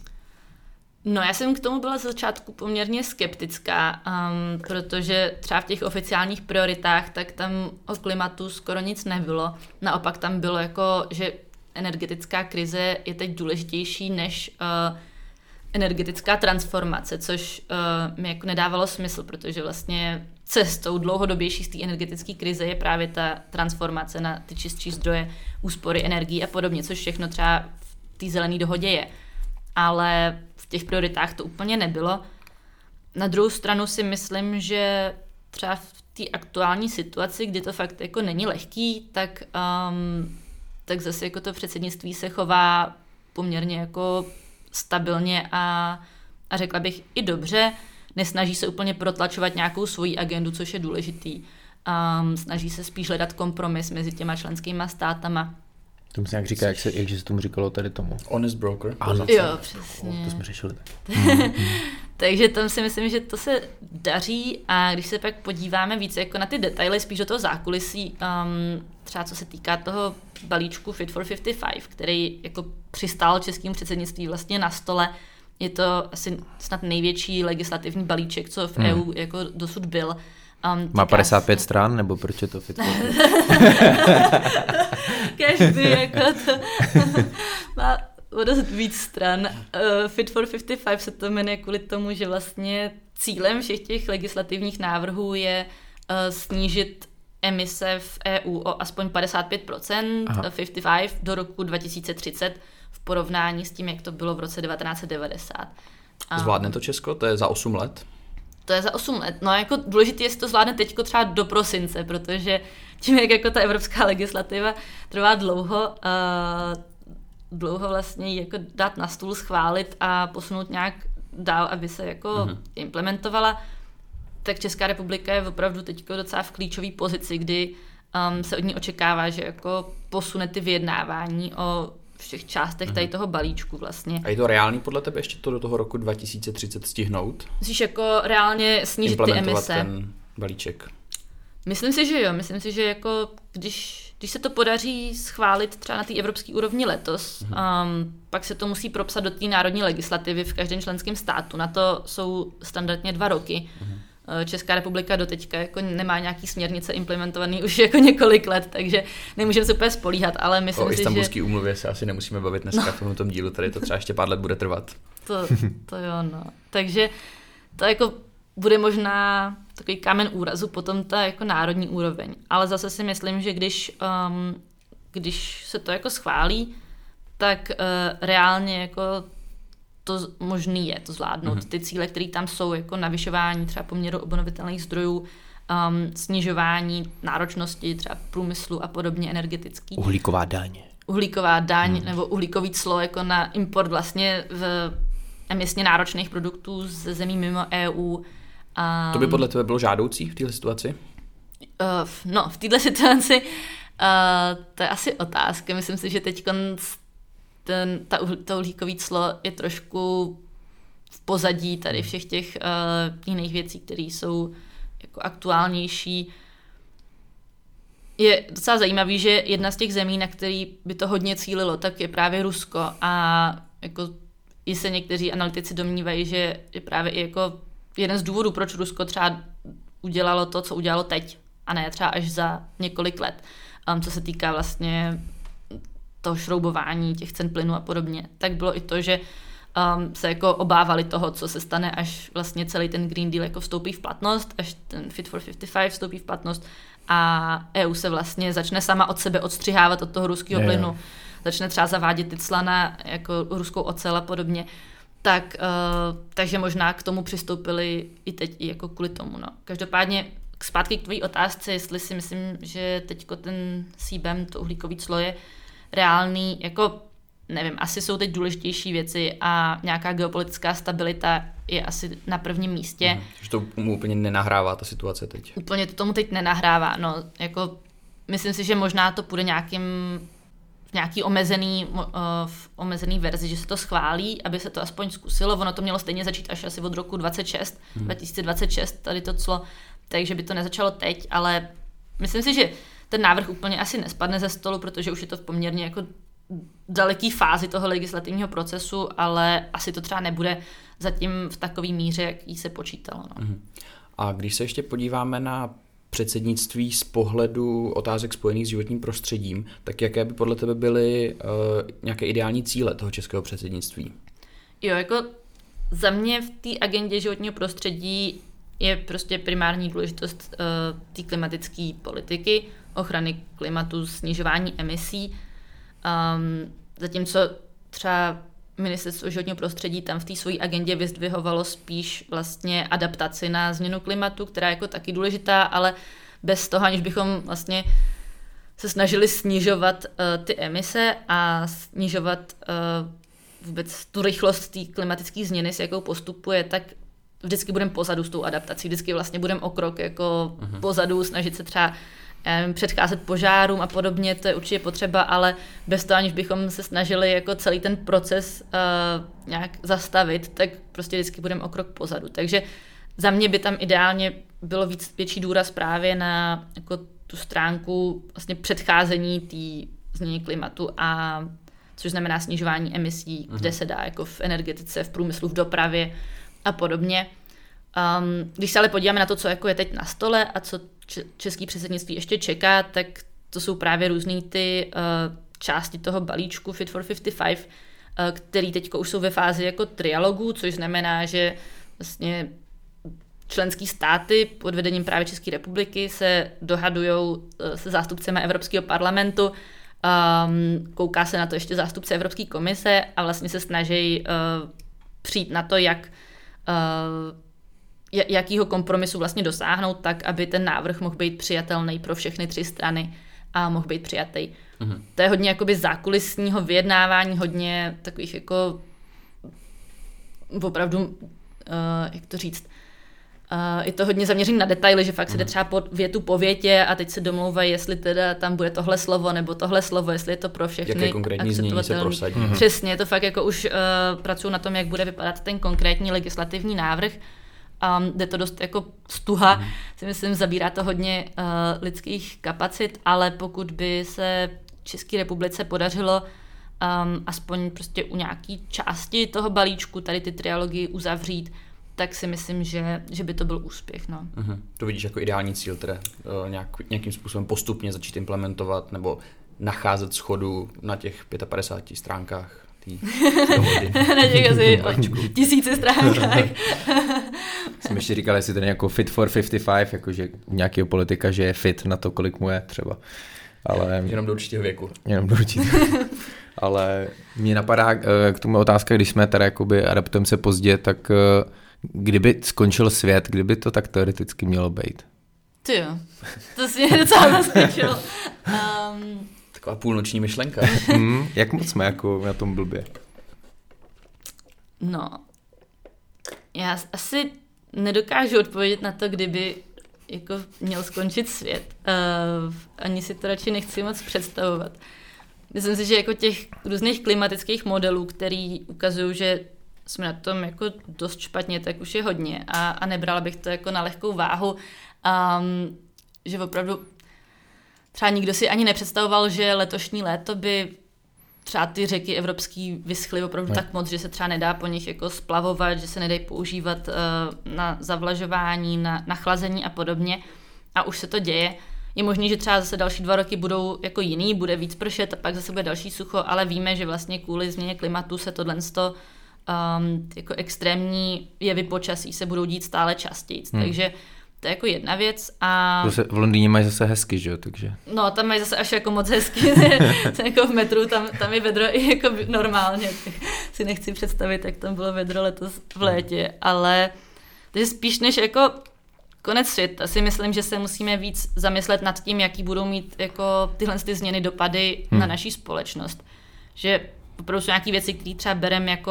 No, já jsem k tomu byla ze začátku poměrně skeptická, um, protože třeba v těch oficiálních prioritách, tak tam o klimatu skoro nic nebylo. Naopak tam bylo jako, že energetická krize je teď důležitější než uh, energetická transformace, což uh, mi jako nedávalo smysl, protože vlastně cestou dlouhodobější z té energetické krize je právě ta transformace na ty čistší zdroje, úspory energií a podobně, což všechno třeba v té zelené dohodě je. Ale v těch prioritách to úplně nebylo. Na druhou stranu si myslím, že třeba v té aktuální situaci, kdy to fakt jako není lehký, tak, um, tak zase jako to předsednictví se chová poměrně jako stabilně a, a řekla bych i dobře. Nesnaží se úplně protlačovat nějakou svoji agendu, což je důležitý. Um, snaží se spíš hledat kompromis mezi těma členskýma státama. To myslím, jak říká, jak se, jak se tomu říkalo tady tomu. Honest broker. Ano, jo, přesně. To jsme řešili tak. Takže tam si myslím, že to se daří a když se pak podíváme více jako na ty detaily, spíš do toho zákulisí, um, třeba co se týká toho balíčku Fit for padesát pět, který jako přistál českým předsednictví vlastně na stole. Je to asi snad největší legislativní balíček, co v hmm. E U jako dosud byl. Um, Má padesát pět se... stran, nebo proč je to Fit for Každý jako to má o dost víc stran. Uh, Fit for padesát pět se to jmenuje kvůli tomu, že vlastně cílem všech těch legislativních návrhů je uh, snížit emise v E U o aspoň padesát pět procent, Aha. padesát pět do roku dva tisíce třicet v porovnání s tím, jak to bylo v roce devatenáct set devadesát. Zvládne to Česko? To je za osm let? To je za osm let. No jako důležité je, jestli to zvládne teďko třeba do prosince, protože tím, jak jako ta evropská legislativa trvá dlouho, uh, dlouho vlastně ji jako dát na stůl, schválit a posunout nějak dál, aby se jako mm-hmm. implementovala, tak Česká republika je opravdu teď docela v klíčové pozici, kdy um, se od ní očekává, že jako posune ty vyjednávání o všech částech tady toho balíčku vlastně. A je to reálný podle tebe ještě to do toho roku dva tisíce třicet stihnout? Myslíš jako reálně snížit ty emise? ten balíček? Myslím si, že jo. Myslím si, že jako když, když se to podaří schválit třeba na té evropské úrovni letos, hmm. um, pak se to musí propsat do té národní legislativy v každém členském státu. Na to jsou standardně dva roky. Hmm. Česká republika doteďka jako nemá nějaký směrnice implementovaný už jako několik let, takže nemůžeme se úplně spolíhat, ale myslím o si, že... O Istanbulské úmluvě se asi nemusíme bavit dneska no. v tomto dílu, tady to třeba ještě pár let bude trvat. To, to jo, no. Takže to jako bude možná takový kámen úrazu potom ta jako národní úroveň, ale zase si myslím, že když, um, když se to jako schválí, tak uh, reálně jako to možný je to zvládnout. Mm-hmm. Ty cíle, které tam jsou, jako navyšování třeba poměru obnovitelných zdrojů, um, snižování náročnosti třeba průmyslu a podobně energetický. Uhlíková daň. Uhlíková daň mm. nebo uhlíkový clo jako na import vlastně v emisně náročných produktů ze zemí mimo E U. Um, to by podle tebe bylo žádoucí v této situaci? Uh, no, v této situaci uh, to je asi otázka. Myslím si, že teď ten, ta, to uhlíkový clo je trošku v pozadí tady všech těch uh, jiných věcí, které jsou jako aktuálnější. Je docela zajímavý, že jedna z těch zemí, na který by to hodně cílilo, tak je právě Rusko a jako i se někteří analytici domnívají, že je právě i jako jeden z důvodů, proč Rusko třeba udělalo to, co udělalo teď a ne třeba až za několik let, um, co se týká vlastně toho šroubování těch cen plynu a podobně, tak bylo i to, že um, se jako obávali toho, co se stane, až vlastně celý ten Green Deal jako vstoupí v platnost, až ten Fit for padesát pět vstoupí v platnost a E U se vlastně začne sama od sebe odstřihávat od toho ruského je, plynu, je. začne třeba zavádět ty cla na jako ruskou ocel a podobně, tak, uh, takže možná k tomu přistoupili i teď i jako kvůli tomu. No. Každopádně zpátky k tvojí otázce, jestli si myslím, že teďko ten C B A M, to uhlíkový clo je reálný, jako nevím, asi jsou teď důležitější věci a nějaká geopolitická stabilita je asi na prvním místě. Mhm, že to mu úplně nenahrává ta situace teď. Úplně to tomu teď nenahrává, no, jako myslím si, že možná to půjde nějakým v nějaký omezený, uh, v omezený verzi, že se to schválí, aby se to aspoň zkusilo. Ono to mělo stejně začít až asi od roku dvacet šest, hmm. dva tisíce dvacet šest, tady to clo, takže by to nezačalo teď, ale myslím si, že ten návrh úplně asi nespadne ze stolu, protože už je to v poměrně jako daleký fázi toho legislativního procesu, ale asi to třeba nebude zatím v takové míře, jaký se počítalo. No. Hmm. A když se ještě podíváme na předsednictví z pohledu otázek spojených s životním prostředím, tak jaké by podle tebe byly uh, nějaké ideální cíle toho českého předsednictví? Jo, jako za mě v té agendě životního prostředí je prostě primární důležitost uh, té klimatické politiky, ochrany klimatu, snižování emisí. Um, zatímco třeba Ministerstvo životního prostředí tam v té své agendě vyzdvihovalo spíš vlastně adaptaci na změnu klimatu, která je jako taky důležitá, ale bez toho, aniž bychom vlastně se snažili snižovat uh, ty emise a snižovat uh, vůbec tu rychlost té klimatické změny, s jakou postupuje, tak vždycky budeme pozadu s tou adaptací, vždycky vlastně budeme o krok jako uh-huh. pozadu, snažit se třeba předcházet požárům a podobně, to je určitě potřeba, ale bez toho, aniž bychom se snažili jako celý ten proces uh, nějak zastavit, tak prostě vždycky budeme o krok pozadu. Takže za mě by tam ideálně bylo víc, větší důraz právě na jako tu stránku vlastně předcházení té změny klimatu, a což znamená snižování emisí, uh-huh. kde se dá, jako v energetice, v průmyslu, v dopravě a podobně. Um, když se ale podíváme na to, co jako je teď na stole a co český předsednictví ještě čeká, tak to jsou právě různý ty uh, části toho balíčku Fit for padesát pět, uh, který teď už jsou ve fázi jako trialogů, což znamená, že vlastně členský státy pod vedením právě České republiky se dohadujou uh, se zástupcemi Evropského parlamentu, um, kouká se na to ještě zástupce Evropské komise a vlastně se snaží uh, přijít na to, jak uh, jakýho kompromisu vlastně dosáhnout tak, aby ten návrh mohl být přijatelný pro všechny tři strany a mohl být přijatý. Mm-hmm. To je hodně jakoby zákulisního vyjednávání, hodně takových jako opravdu, uh, jak to říct, Uh, je to hodně zaměřené na detaily, že fakt se jde třeba po větu po větě a teď se domlouvají, jestli teda tam bude tohle slovo nebo tohle slovo, jestli je to pro všechny. Jaké konkrétní znění se prosadí. Mm-hmm. Přesně, je to fakt jako už uh, pracují na tom, jak bude vypadat ten konkrétní legislativní návrh. Um, jde to dost jako stuha, mm. si myslím, zabírá to hodně uh, lidských kapacit, ale pokud by se České republice podařilo um, aspoň prostě u nějaký části toho balíčku tady ty trialogii uzavřít, tak si myslím, že, že by to byl úspěch. No. Mm-hmm. To vidíš jako ideální cíl, teda uh, nějak, nějakým způsobem postupně začít implementovat nebo nacházet shodu na těch padesát pěti stránkách té dohody. Na těch asi tisíci stránkách. Jsem ještě říkal, jestli to je jako fit for padesát pět, jakože u nějakého politika, že je fit na to, kolik mu je třeba. Ale jenom do určitého věku. Jenom do určitého. Ale mě napadá k tomu otázka, když jsme teda jakoby adaptujeme se pozdě, tak kdyby skončil svět, kdyby to tak teoreticky mělo být? Ty jo, to si mě docela naskočil. Um, Taková půlnoční myšlenka. hmm, jak moc jsme jako na tom blbě? No, já asi nedokážu odpovědět na to, kdyby jako měl skončit svět. Uh, ani si to radši nechci moc představovat. Myslím si, že jako těch různých klimatických modelů, který ukazují, že jsme na tom jako dost špatně, tak už je hodně a, a nebrala bych to jako na lehkou váhu. Um, že opravdu třeba nikdo si ani nepředstavoval, že letošní léto by třeba ty řeky evropský vyschly opravdu ne. tak moc, že se třeba nedá po nich jako splavovat, že se nedají používat uh, na zavlažování, na, na chlazení a podobně. A už se to děje. Je možný, že třeba zase další dva roky budou jako jiný, bude víc pršet a pak zase bude další sucho, ale víme, že vlastně kvůli změně klimatu se tohle um, jako extrémní jevy počasí se budou dít stále častěji. Hmm. Takže to je jako jedna věc. A zase v Londýně mají zase hezky, že jo, takže. No, tam mají zase až jako moc hezky, jako v metru, tam, tam je vedro i jako normálně, si nechci představit, jak tam bylo vedro letos v létě, ale takže spíš než jako konec světa si myslím, že se musíme víc zamyslet nad tím, jaký budou mít jako tyhle ty změny dopady hmm. na naší společnost. Že opravdu jsou nějaké věci, které třeba bereme jako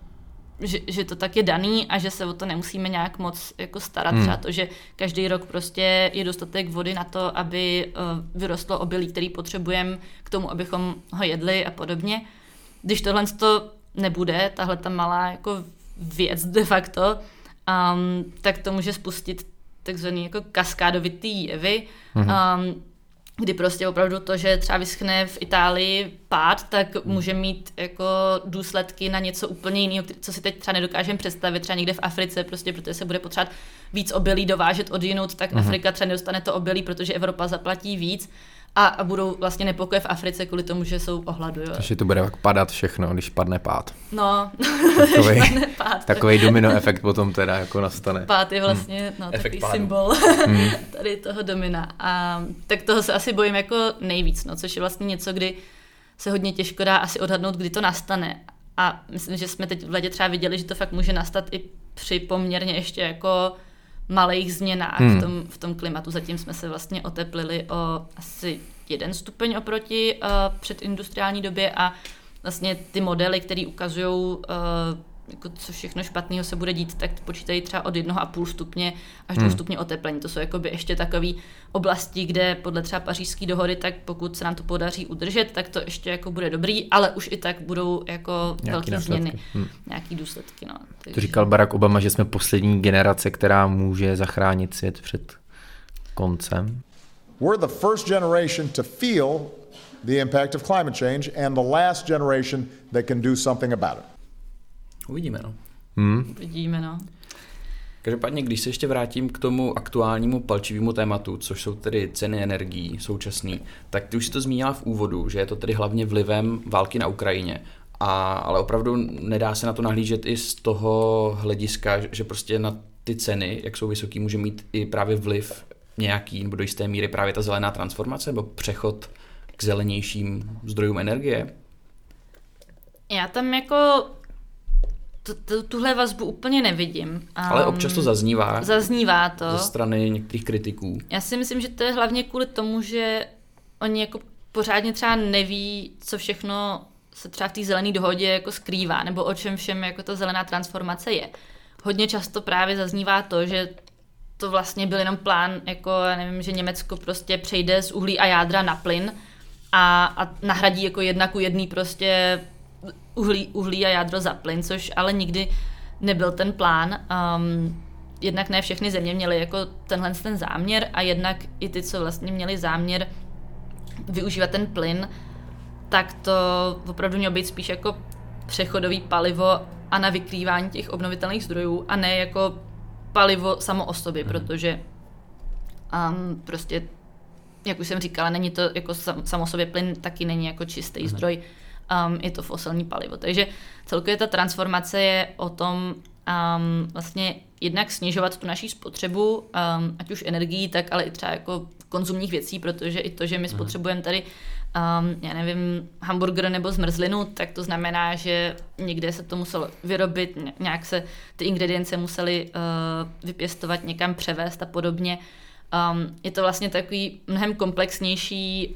Že, že to tak je daný a že se o to nemusíme nějak moc jako starat. Hmm. Třeba to, že každý rok prostě je dostatek vody na to, aby uh, vyrostlo obilí, který potřebujeme k tomu, abychom ho jedli a podobně. Když tohle to nebude, tahle ta malá jako věc de facto, um, tak to může spustit takzvaný jako kaskádovitý jevy, hmm. um, kdy prostě opravdu to, že třeba vyschne v Itálii pád, tak může mít jako důsledky na něco úplně jiného, co si teď třeba nedokážeme představit, třeba někde v Africe, prostě protože se bude potřebovat víc obilí dovážet odjinud, tak uh-huh. Afrika třeba nedostane to obilí, protože Evropa zaplatí víc a, a budou vlastně nepokoje v Africe kvůli tomu, že jsou ohladu. Jo. Takže to bude tak padat všechno, když padne pád. No, takový, když padne pád. Takový domino efekt potom teda jako nastane. Pád je vlastně hmm. no, takový pádu. Symbol hmm. tady toho domina. A tak toho se asi bojím jako nejvíc, no, což je vlastně něco, kdy se hodně těžko dá asi odhadnout, kdy to nastane. A myslím, že jsme teď v ledě třeba viděli, že to fakt může nastat i při poměrně ještě jako malých změnách hmm. v, tom, v tom klimatu. Zatím jsme se vlastně oteplili o asi jeden stupeň oproti uh, předindustriální době a vlastně ty modely, které ukazují, uh, jako co všechno špatného se bude dít, tak počítají třeba od jednoho a půl stupně až hmm. do stupně oteplení. To jsou jakoby ještě takové oblasti, kde podle třeba Pařížské dohody, tak pokud se nám to podaří udržet, tak to ještě jako bude dobrý, ale už i tak budou jako velké změny, hmm. nějaký důsledky. No. Takže... To říkal Barack Obama, že jsme poslední generace, která může zachránit svět před koncem. We're the first generation to feel the impact of climate change and the last generation that can do something about it. Uvidíme, no. Hmm. Uvidíme, no. Každopádně, když se ještě vrátím k tomu aktuálnímu palčivému tématu, což jsou tedy ceny energií současný, tak ty už si to zmínila v úvodu, že je to tedy hlavně vlivem války na Ukrajině. A, ale opravdu nedá se na to nahlížet i z toho hlediska, že prostě na ty ceny, jak jsou vysoký, může mít i právě vliv nějaký, nebo do jisté míry právě ta zelená transformace, nebo přechod k zelenějším zdrojům energie? Já tam jako tuhle vazbu úplně nevidím. Um, Ale občas to zaznívá. Zaznívá to. Ze strany některých kritiků. Já si myslím, že to je hlavně kvůli tomu, že oni jako pořádně třeba neví, co všechno se třeba v té zelené dohodě jako skrývá, nebo o čem všem jako ta zelená transformace je. Hodně často právě zaznívá to, že to vlastně byl jenom plán, jako já nevím, že Německo prostě přejde z uhlí a jádra na plyn a, a nahradí jako jedna ku jedný prostě uhlí, uhlí a jádro za plyn, což ale nikdy nebyl ten plán. Um, jednak ne všechny země měly jako tenhle ten záměr a jednak i ty, co vlastně měli záměr využívat ten plyn, tak to opravdu mělo být spíš jako přechodový palivo a na vykrývání těch obnovitelných zdrojů a ne jako palivo samo o sobě, mm. protože um, prostě, jak už jsem říkala, není to jako sam, samo o sobě plyn, taky není jako čistý mm. zdroj, um, je to fosilní palivo. Takže celkově ta transformace je o tom um, vlastně jednak snižovat tu naší spotřebu, um, ať už energií, tak ale i třeba jako konzumních věcí, protože i to, že my spotřebujeme tady Um, já nevím, hamburger nebo zmrzlinu, tak to znamená, že někde se to muselo vyrobit, nějak se ty ingredience musely uh, vypěstovat, někam převést a podobně. Um, je to vlastně takový mnohem komplexnější,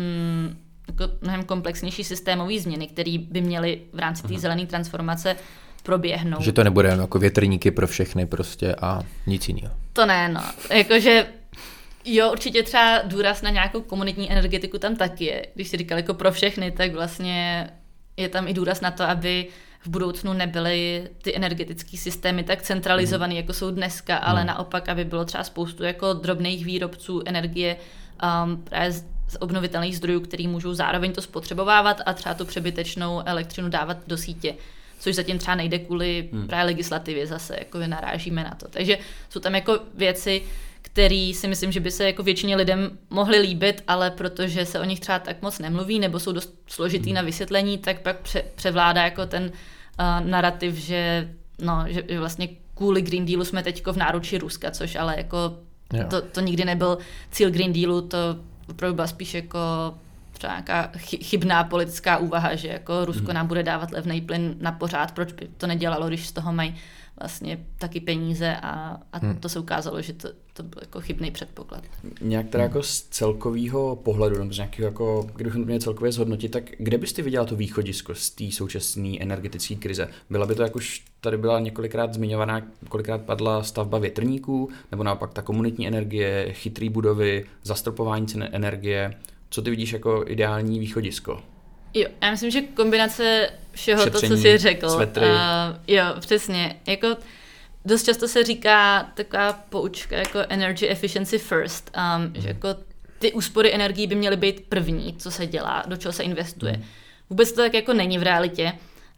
um, jako mnohem komplexnější systémový změny, které by měly v rámci té zelené transformace proběhnout. Že to nebude jen jako větrníky pro všechny prostě a nic jiného. To ne, no. Jakože jo, určitě třeba důraz na nějakou komunitní energetiku tam taky je. Když si říkal jako pro všechny, tak vlastně je tam i důraz na to, aby v budoucnu nebyly ty energetické systémy tak centralizované, mm. jako jsou dneska, ale mm. naopak, aby bylo třeba spoustu jako drobných výrobců energie um, právě z, z obnovitelných zdrojů, který můžou zároveň to spotřebovávat a třeba tu přebytečnou elektřinu dávat do sítě. Což zatím třeba nejde kvůli mm. právě legislativě zase, jako narážíme na to. Takže jsou tam jako věci, který si myslím, že by se jako většině lidem mohly líbit, ale protože se o nich třeba tak moc nemluví nebo jsou dost složitý na vysvětlení, tak pak pře- převládá jako ten uh, narrativ, že, no, že vlastně kvůli Green Dealu jsme teďko v náručí Ruska, což ale jako to, to nikdy nebyl cíl Green Dealu, to opravdu byla spíš jako třeba nějaká chybná politická úvaha, že jako Rusko nám bude dávat levný plyn na pořád, proč by to nedělalo, když z toho mají vlastně taky peníze a, a hmm. to se ukázalo, že to, to byl jako chybný předpoklad. Nějak teda jako z celkového pohledu, nebo z nějakého jako, kdybychom to měli celkově zhodnotit, tak kde bys ty viděla to východisko z té současné energetické krize? Byla by to, jak už tady byla několikrát zmiňovaná, kolikrát padla stavba větrníků, nebo naopak ta komunitní energie, chytrý budovy, zastropování cen energie? Co ty vidíš jako ideální východisko? Jo, já myslím, že kombinace všeho Šetření, to, co jsi řekl. Svetry. Uh, jo, přesně. Jako dost často se říká taková poučka jako energy efficiency first, um, mm. že jako ty úspory energií by měly být první, co se dělá, do čeho se investuje. Mm. Vůbec to tak jako není v realitě,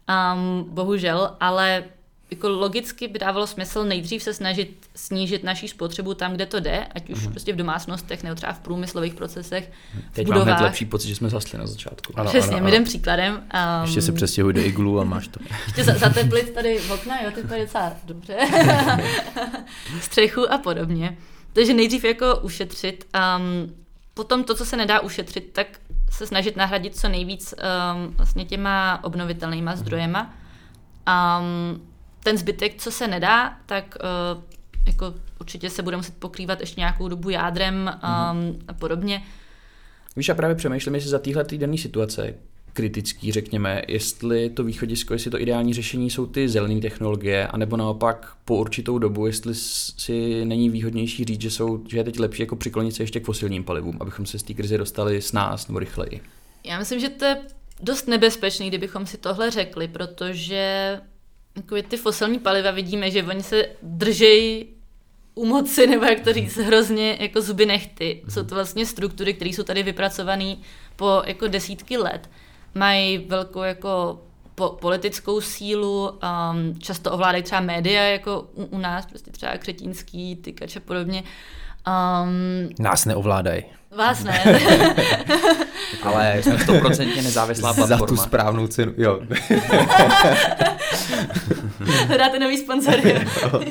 um, bohužel, ale jako logicky by dávalo smysl nejdřív se snažit snížit naší spotřebu tam, kde to jde, ať už mm. prostě v domácnostech nebo třeba v průmyslových procesech. Teď mám hned lepší pocit, že jsme zasli na začátku. Ano, Přesně, ano, my jdem příkladem. Um, ještě se přestěhuj do iglu a máš to. Ještě za, zateplit tady v okna, jo, to je docela dobře. Střechu a podobně. Takže nejdřív jako ušetřit. Um, potom to, co se nedá ušetřit, tak se snažit nahradit co nejvíc um, vlastně těma obnovitelnýma zdrojema. Um, ten zbytek, co se nedá, tak uh, jako určitě se bude muset pokrývat ještě nějakou dobu jádrem um, mm. a podobně. Víš, já právě přemýšlím, jestli za téhle týdenní situace kritický, řekněme, jestli to východisko, jestli to ideální řešení jsou ty zelené technologie, anebo naopak po určitou dobu, jestli si není výhodnější říct, že, jsou, že je teď lepší jako přiklonit se ještě k fosilním palivům, abychom se z té krize dostali s nás nebo rychleji. Já myslím, že to je dost nebezpečný, kdybychom si tohle řekli, protože jako ty fosilní paliva vidíme, že oni se držejí u moci, nebo jak to říct, hrozně jako zuby nehty. Jsou to vlastně struktury, které jsou tady vypracované po jako desítky let. Mají velkou jako po, politickou sílu, um, často ovládají třeba média, jako u, u nás, prostě třeba Křetínský, Tykač a podobně. Um, Nás neovládají. Vás ne. Ale jsme stoprocentně nezávislá platforma. Za tu správnou cenu, jo. Hledáte nový sponzory.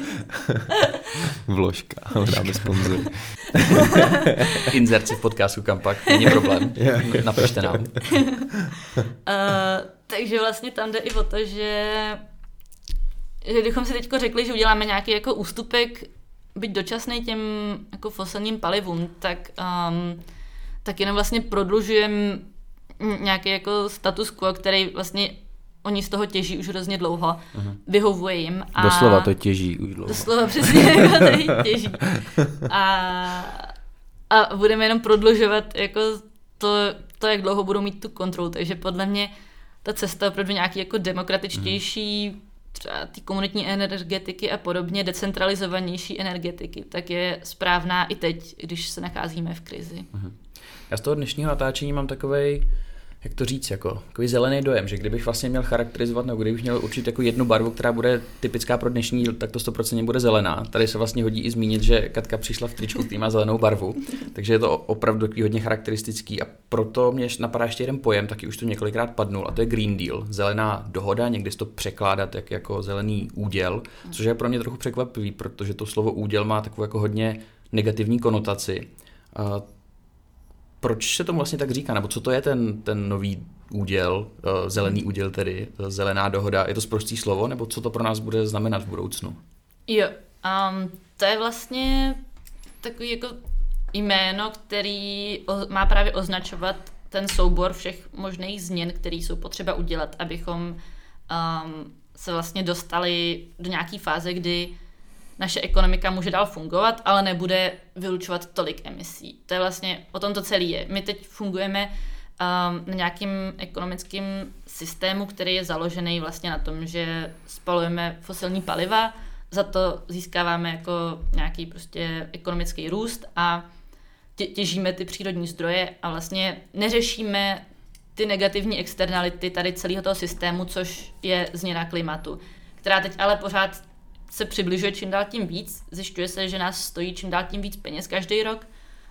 Vložka, hledáme sponzory. Inzerci v podcastu Kampak, není problém. Napište nám. Uh, takže vlastně tam jde i o to, že, že kdybychom si teďko řekli, že uděláme nějaký jako ústupek, byť dočasný těm jako fosilním palivům, tak, um, tak jenom vlastně prodlužujeme nějaký jako status quo, který vlastně oni z toho těží už hrozně dlouho, uh-huh. vyhovuje jim. A doslova to těží už dlouho. Doslova přesně jako tady těží. A, a budeme jenom prodlužovat jako to, to, jak dlouho budou mít tu kontrolu, takže podle mě ta cesta opravdu nějaký jako demokratičtější, uh-huh. třeba ty komunitní energetiky a podobně, decentralizovanější energetiky, tak je správná i teď, když se nacházíme v krizi. Uh-huh. Já z toho dnešního natáčení mám takovej, jak to říct, jako takový zelený dojem, že kdybych vlastně měl charakterizovat, nebo kdybych měl určit jako jednu barvu, která bude typická pro dnešní, tak to sto procent bude zelená. Tady se vlastně hodí i zmínit, že Katka přišla v tričku, který má zelenou barvu, takže je to opravdu takový hodně charakteristický a proto mě napadá ještě jeden pojem, taky už to několikrát padnul, a to je Green Deal, zelená dohoda, někdy se to překládat jak jako zelený úděl, což je pro mě trochu překvapivý, protože to slovo úděl má takovou jako hodně negativní konotaci. Proč se tomu vlastně tak říká, nebo co to je ten, ten nový úděl, uh, zelený úděl tedy, uh, zelená dohoda, je to sprostý slovo, nebo co to pro nás bude znamenat v budoucnu? Jo, um, to je vlastně takový jako jméno, který o, má právě označovat ten soubor všech možných změn, které jsou potřeba udělat, abychom um, se vlastně dostali do nějaké fáze, kdy naše ekonomika může dál fungovat, ale nebude vylučovat tolik emisí. To je vlastně, o tom to celé je. My teď fungujeme um, na nějakým ekonomickém systému, který je založený vlastně na tom, že spalujeme fosilní paliva, za to získáváme jako nějaký prostě ekonomický růst a tě, těžíme ty přírodní zdroje a vlastně neřešíme ty negativní externality tady celého toho systému, což je změna klimatu, která teď ale pořád se přibližuje čím dál tím víc, zjišťuje se, že nás stojí čím dál tím víc peněz každý rok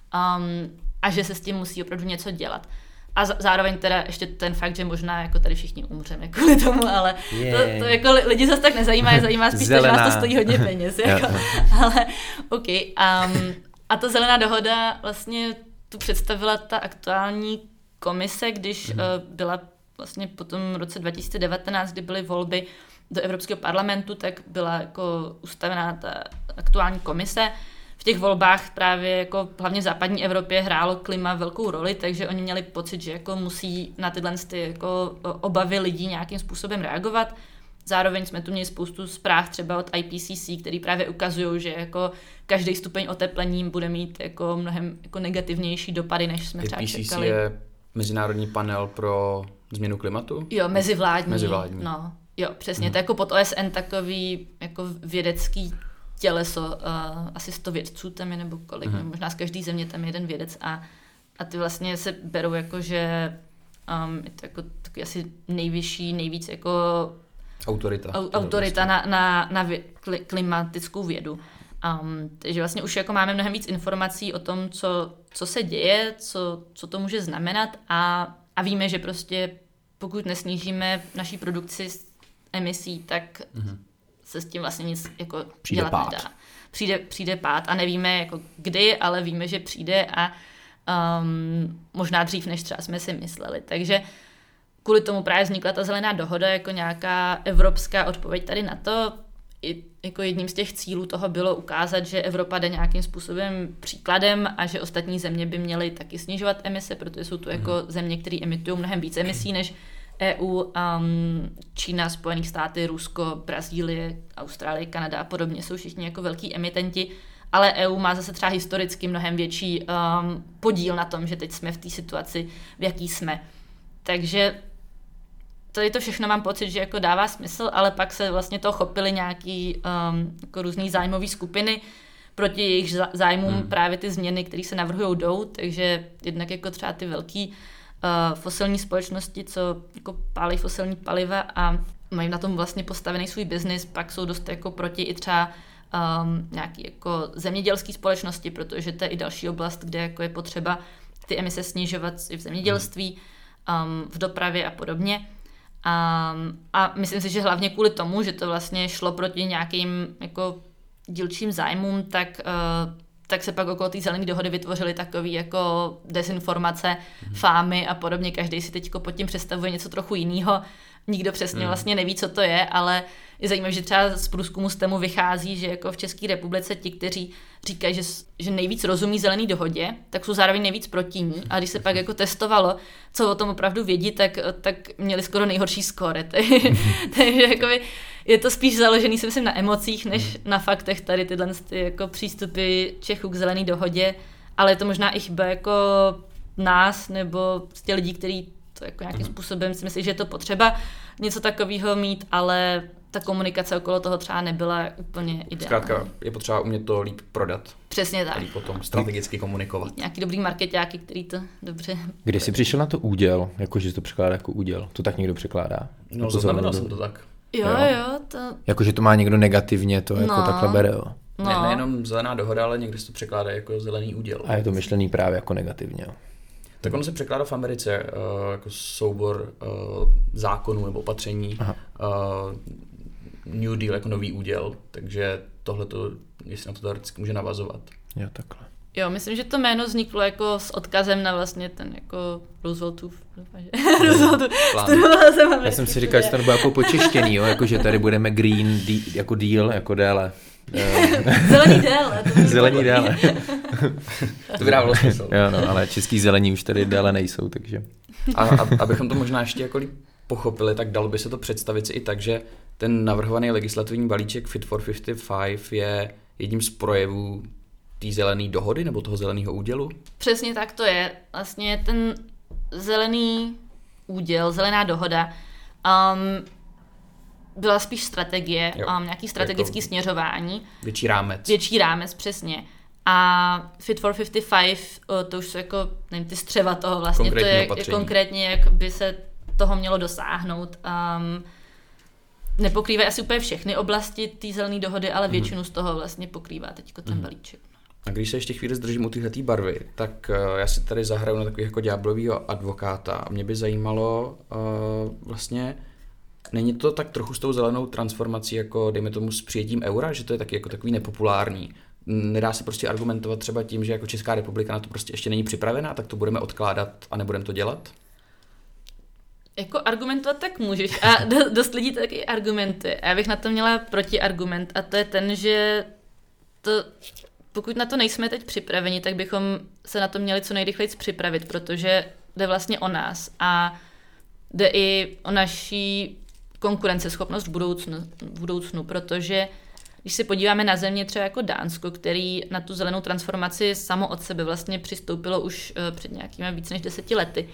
um, a že se s tím musí opravdu něco dělat. A z- zároveň teda ještě ten fakt, že možná jako tady všichni umřeme kvůli tomu, ale to, to jako lidi zase tak nezajímá, je zajímá spíš to, že nás to stojí hodně peněz. Jako. Ale OK. Um, a ta zelená dohoda vlastně tu představila ta aktuální komise, když mm. uh, byla vlastně po tom roce dva tisíce devatenáct, kdy byly volby do Evropského parlamentu, tak byla jako ustavená ta aktuální komise. V těch volbách právě jako hlavně v západní Evropě hrálo klima velkou roli, takže oni měli pocit, že jako musí na tyhle ty jako obavy lidí nějakým způsobem reagovat. Zároveň jsme tu měli spoustu zpráv třeba od I P C C, který právě ukazují, že jako každý stupeň oteplení bude mít jako mnohem jako negativnější dopady, než jsme třeba čekali. I P C C je mezinárodní panel pro změnu klimatu? Jo, mezivládní. Mezivládní. No. Jo, přesně, hmm. to je jako pod O S N takový jako vědecký těleso, uh, asi sto vědců tam je nebo kolik, hmm. možná z každé země tam je jeden vědec a, a ty vlastně se berou jako, že um, je to jako takový asi nejvyšší, nejvíc jako autorita, au, autorita na, na, na vě, kli, klimatickou vědu. Um, takže vlastně už jako máme mnohem víc informací o tom, co, co se děje, co, co to může znamenat a, a víme, že prostě pokud nesnížíme naší produkci emisí, tak mm-hmm. se s tím vlastně nic jako přijde dělat pád. nedá. Přijde, přijde pád a nevíme jako kdy, ale víme, že přijde a um, možná dřív, než třeba jsme si mysleli. Takže kvůli tomu právě vznikla ta zelená dohoda jako nějaká evropská odpověď tady na to. I jako jedním z těch cílů toho bylo ukázat, že Evropa jde nějakým způsobem příkladem a že ostatní země by měly taky snižovat emise, protože jsou tu jako země, které emitují mnohem víc emisí než E U, um, Čína, Spojené státy, Rusko, Brazílie, Austrálie, Kanada a podobně jsou všichni jako velký emitenti, ale E U má zase třeba historicky mnohem větší um, podíl na tom, že teď jsme v té situaci, v jaký jsme. Takže tady to všechno mám pocit, že jako dává smysl, ale pak se vlastně to chopily nějaký um, jako různý zájmové skupiny, proti jejich zájmům hmm. právě ty změny, které se navrhují, jdou, takže jednak jako třeba ty velký uh, fosilní společnosti, co jako pálí fosilní paliva a mají na tom vlastně postavený svůj biznis, pak jsou dost jako proti i třeba um, nějaký jako zemědělské společnosti, protože to je i další oblast, kde jako je potřeba ty emise snižovat i v zemědělství, um, v dopravě a podobně. Um, a myslím si, že hlavně kvůli tomu, že to vlastně šlo proti nějakým jako dílčím zájmům, tak, uh, tak se pak okolo té zelené dohody vytvořily takové jako dezinformace, mm. fámy a podobně. Každý si teď pod tím představuje něco trochu jiného. Nikdo přesně mm. vlastně neví, co to je, ale je zajímavé, že třeba z průzkumu STEMu vychází, že jako v České republice ti, kteří říkají, že, že nejvíc rozumí zelený dohodě, tak jsou zároveň nejvíc proti ní. A když se pak jako testovalo, co o tom opravdu vědí, tak, tak měli skoro nejhorší skóre. Takže jakoby je to spíš založený, si myslím, na emocích, než na faktech tady tyhle ty jako přístupy Čechů k zelený dohodě, ale je to možná i chyba jako nás, nebo prostě lidí, kteří to jako nějakým způsobem si myslí, že je to potřeba něco takového mít, ale ta komunikace okolo toho třeba nebyla úplně ideální. Zkrátka je potřeba umět to líp prodat. Přesně tak. A líp potom strategicky komunikovat. Nějaký dobrý marketáky, který to dobře... Kdy jsi přišel na to úděl, jakože to překládá jako úděl? To tak někdo překládá? No, zaznamenal jsem to tak. Jo, Jo. jo, to... Jakože to má někdo negativně, to jako No. takhle bere, jo. No. Ne, nejenom zelená dohoda, ale někdy se to překládá jako zelený úděl. A je to myšlený právě jako negativně, jo. Tak ono se překládá v Americe uh, jako soubor uh, zákonů nebo opatření, uh, New Deal jako nový úděl, takže tohle to, jestli na to teoreticky může navazovat. Jo, takhle. Jo, myslím, že to jméno vzniklo jako s odkazem na vlastně ten jako Rooseveltův, Rooseveltův, studovala jsem Já jsem si říkal, že to nebude jako počeštěný, jo, jakože tady budeme green deal, jako deal, jako déle. Zelený déle. Zelený déle. To by dávalo smysl. Jo, no, ale český zelení už tady déle nejsou, takže... A, a abychom to možná ještě jako líp pochopili, tak dalo by se to představit si i tak, že ten navrhovaný legislativní balíček Fit for padesát pět je jedním z projevů té zelené dohody nebo toho zeleného údělu? Přesně tak to je. Vlastně ten zelený úděl, zelená dohoda um, byla spíš strategie, um, nějaký strategický jako směřování. Větší rámec. Větší rámec, přesně. A Fit for padesát pět, to už jsou jako, nevím, ty střeva toho vlastně, Konkrétní to je, je opatření. konkrétně, jak by se toho mělo dosáhnout. Um, nepokrývají asi úplně všechny oblasti té zelené dohody, ale většinu z toho vlastně pokrývá teďko ten balíček. A když se ještě chvíli zdržím u téhletý barvy, tak uh, já si tady zahraju na takový jako ďáblovýho advokáta a mě by zajímalo uh, vlastně, není to tak trochu s tou zelenou transformací jako dejme tomu s přijetím eura, že to je taky jako takový nepopulární. Nedá se prostě argumentovat třeba tím, že jako Česká republika na to prostě ještě není připravená, tak to budeme odkládat a nebudeme to dělat? Jako argumentovat tak můžeš a do, dost lidí to taky argumentuje. Já bych na to měla protiargument a to je ten, že to, pokud na to nejsme teď připraveni, tak bychom se na to měli co nejrychleji připravit, protože jde vlastně o nás a jde i o naší konkurenceschopnost v budoucnu, v budoucnu, protože když se podíváme na země třeba jako Dánsko, který na tu zelenou transformaci samo od sebe vlastně přistoupilo už uh, před nějakými víc než deseti lety.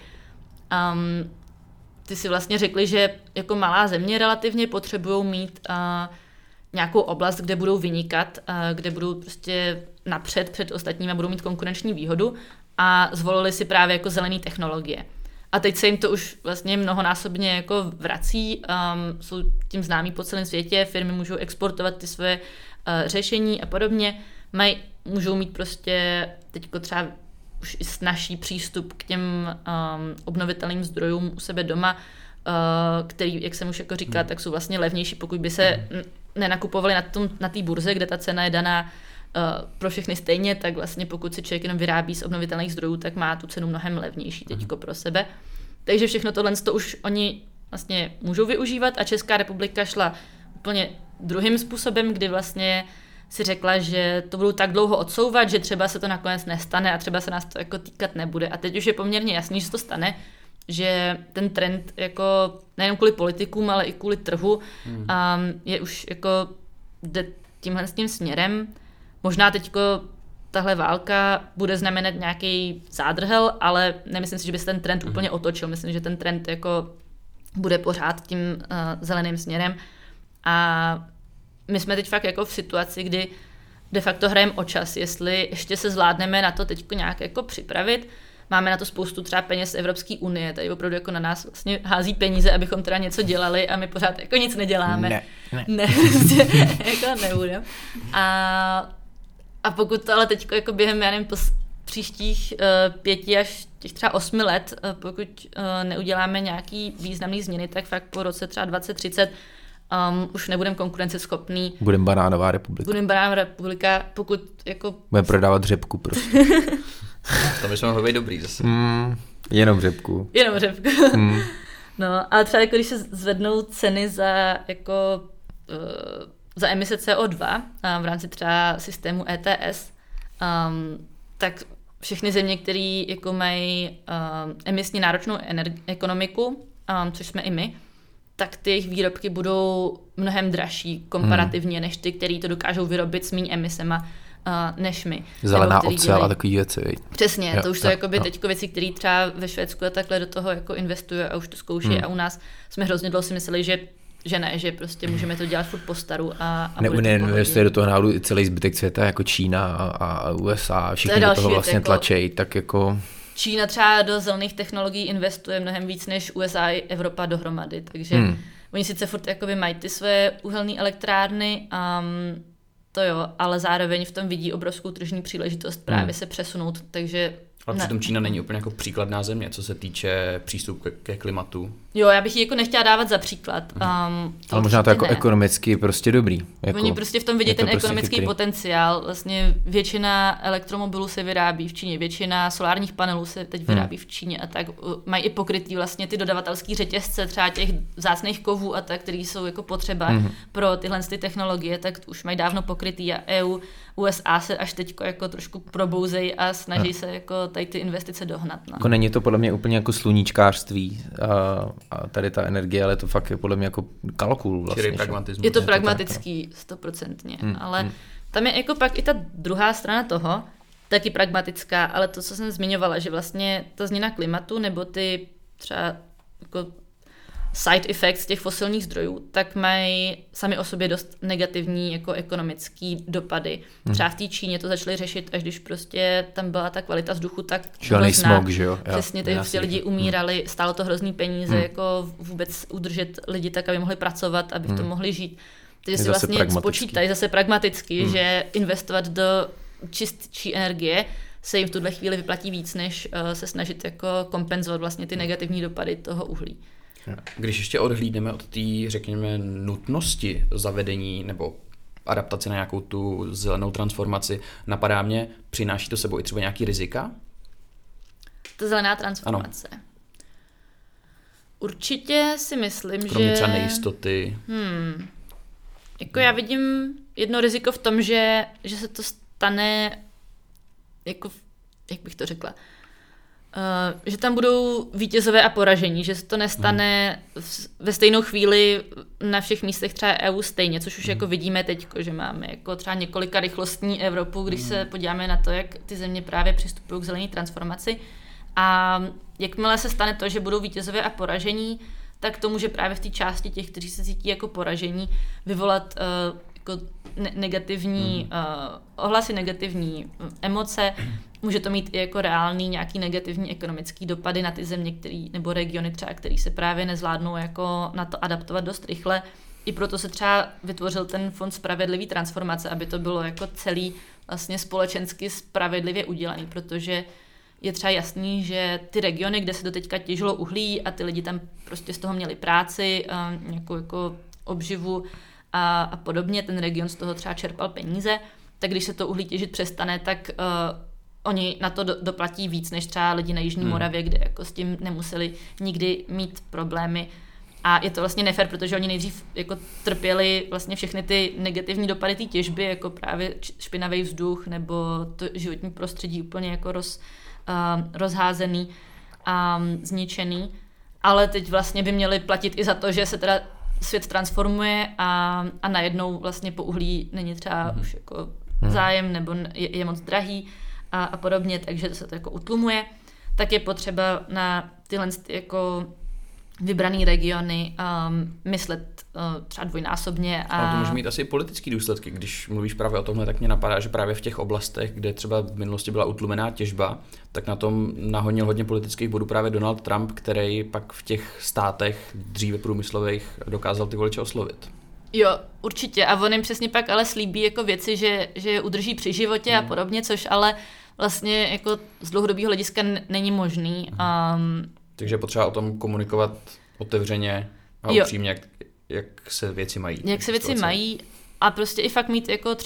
Um, ty si vlastně řekli, že jako malá země relativně potřebují mít uh, nějakou oblast, kde budou vynikat, uh, kde budou prostě napřed před ostatními a budou mít konkurenční výhodu a zvolili si právě jako zelené technologie. A teď se jim to už vlastně mnohonásobně jako vrací, um, jsou tím známí po celém světě, firmy můžou exportovat ty svoje uh, řešení a podobně, Maj, můžou mít prostě teďko třeba už i snazší přístup k těm um, obnovitelným zdrojům u sebe doma, uh, který, jak jsem už jako říkala, tak jsou vlastně levnější, pokud by se n- nenakupovali na tom, na té burze, kde ta cena je daná uh, pro všechny stejně, tak vlastně pokud si člověk jenom vyrábí z obnovitelných zdrojů, tak má tu cenu mnohem levnější teďko pro sebe. Takže všechno tohle to už oni vlastně můžou využívat a Česká republika šla úplně druhým způsobem, kdy vlastně si řekla, že to budou tak dlouho odsouvat, že třeba se to nakonec nestane a třeba se nás to jako týkat nebude. A teď už je poměrně jasný, že to stane, že ten trend jako nejen kvůli politikům, ale i kvůli trhu hmm. um, je už jako jde tímhle s tím směrem. Možná teďko tahle válka bude znamenat nějaký zádrhel, ale nemyslím si, že by se ten trend hmm. úplně otočil. Myslím, že ten trend jako bude pořád tím uh, zeleným směrem. A my jsme teď fakt jako v situaci, kdy de facto hrajeme o čas, jestli ještě se zvládneme na to teď nějak jako připravit. Máme na to spoustu třeba peněz z Evropské unie, tady opravdu jako na nás vlastně hází peníze, abychom teda něco dělali a my pořád jako nic neděláme. Ne, ne. Ne, prostě jako nebudeme. A, a pokud to ale teď jako během, já nevím, pos, příštích uh, pěti až těch třeba osmi let, uh, pokud uh, neuděláme nějaký významný změny, tak fakt po roce třeba dvacet třicet Um, už nebudeme konkurenceschopný. Budeme banánová republika. Budeme banánová republika, pokud jako... Budeme prodávat řepku prostě. To bychom mohli být dobrý zase. Mm, jenom řepku. Jenom řepku. Mm. No, ale třeba jako když se zvednou ceny za jako za emise C O dva v rámci třeba systému E T S, um, tak všechny země, které jako mají um, emisně náročnou energi- ekonomiku, um, což jsme i my, tak ty jejich výrobky budou mnohem dražší komparativně, hmm. než ty, který to dokážou vyrobit s méně emisema uh, než my. Zelená ocel a takový věci. Přesně, jo, to už jsou jo, jakoby jo. teďko věci, které třeba ve Švédsku a takhle do toho jako investují a už to zkouší hmm. a u nás jsme hrozně dlouho si mysleli, že že ne, že prostě můžeme to dělat furt po staru a, a bude to Neinvestuje do toho návodu i celý zbytek světa, jako Čína a, a U S A, všichni do toho vlastně jako tlačejí, tak jako... Čína třeba do zelených technologií investuje mnohem víc než U S A i Evropa dohromady, takže hmm. oni sice furt jakoby mají ty své uhelné elektrárny, um, to jo, ale zároveň v tom vidí obrovskou tržní příležitost právě hmm. se přesunout, takže... Ale přitom Čína není úplně jako příkladná země, co se týče přístupu ke, ke klimatu. Jo, já bych ji jako nechtěla dávat za příklad. Um, Ale možná to jako ne. ekonomicky prostě dobrý. Jako, Oni prostě v tom vidí ten prostě ekonomický chytrý. potenciál. Vlastně většina elektromobilů se vyrábí v Číně, většina solárních panelů se teď vyrábí hmm. v Číně a tak mají i pokrytý vlastně ty dodavatelský řetězce třeba těch vzácných kovů a tak, které jsou jako potřeba hmm. pro tyhle ty technologie, tak už mají dávno pokrytý a E U, U S A se až teď jako trošku probouzejí a snaží hmm. se jako tady ty investice dohnat. No. Jako není to podle mě úplně jako sluníčkářství a, a tady ta energie, ale to fakt je podle mě jako kalkul vlastně. Je to pragmatický, stoprocentně, hmm. ale hmm. tam je jako pak i ta druhá strana toho, taky pragmatická, ale to, co jsem zmiňovala, že vlastně ta změna klimatu nebo ty třeba jako side effects těch fosilních zdrojů, tak mají sami o sobě dost negativní jako ekonomický dopady. Hmm. Třeba v té Číně to začali řešit, až když prostě tam byla ta kvalita vzduchu tak šílený smog, že jo? Přesně, ty prostě lidi umírali, hmm. stálo to hrozný peníze, hmm. jako vůbec udržet lidi tak, aby mohli pracovat, aby v tom mohli žít. Takže si vlastně spočítají zase pragmaticky, hmm. že investovat do čistší energie se jim v tuhle chvíli vyplatí víc, než uh, se snažit jako kompenzovat vlastně ty negativní dopady toho uhlí. Když ještě odhlídneme od té, řekněme, nutnosti zavedení nebo adaptace na nějakou tu zelenou transformaci, napadá mě, přináší to sebou i třeba nějaký rizika? Ta zelená transformace. Ano. Určitě si myslím, Kromě že... Kromě třeba nejistoty. Hmm. Jako já vidím jedno riziko v tom, že, že se to stane, jako, jak bych to řekla, Uh, že tam budou vítězové a poražení, že se to nestane hmm. ve stejnou chvíli na všech místech třeba E U stejně, což už hmm. jako vidíme teď, že máme jako třeba několika rychlostní Evropu, když hmm. se podíváme na to, jak ty země právě přistupují k zelené transformaci. A jakmile se stane to, že budou vítězové a poražení, tak to může právě v té části těch, kteří se cítí jako poražení, vyvolat uh, jako ne- negativní hmm. uh, ohlasy, negativní emoce. Může to mít i jako reálný nějaký negativní ekonomický dopady na ty země, který, nebo regiony třeba, který se právě nezvládnou jako na to adaptovat dost rychle. I proto se třeba vytvořil ten fond spravedlivý transformace, aby to bylo jako celý vlastně společensky spravedlivě udělaný, protože je třeba jasný, že ty regiony, kde se doteďka těžilo uhlí a ty lidi tam prostě z toho měli práci, nějakou jako obživu a, a podobně, ten region z toho třeba čerpal peníze, tak když se to uhlí těžit přestane, tak uh, oni na to do, doplatí víc, než třeba lidi na Jižní hmm. Moravě, kde jako s tím nemuseli nikdy mít problémy. A je to vlastně nefér, protože oni nejdřív jako trpěli vlastně všechny ty negativní dopady té těžby, jako právě špinavý vzduch nebo to životní prostředí úplně jako roz, uh, rozházený a zničený. Ale teď vlastně by měli platit i za to, že se teda svět transformuje a, a najednou vlastně po uhlí není třeba hmm. už jako zájem nebo je, je moc drahý a, a podobně, takže se to jako utlumuje. Tak je potřeba na tyhle jako vybraný regiony um, myslet uh, třeba dvojnásobně. A... Ale to může mít asi politický důsledky. Když mluvíš právě o tomhle, tak mě napadá, že právě v těch oblastech, kde třeba v minulosti byla utlumená těžba, tak na tom nahonil hodně politických bodů právě Donald Trump, který pak v těch státech dříve průmyslových dokázal ty voliče oslovit. Jo, určitě. A on jim přesně pak ale slíbí jako věci, že, že je udrží při životě hmm. a podobně, což ale vlastně jako z dlouhodobého hlediska n- není možný. Um, Takže je potřeba o tom komunikovat otevřeně a jo. upřímně, jak, jak se věci mají. Jak se věci mají a prostě i fakt mít jako třeba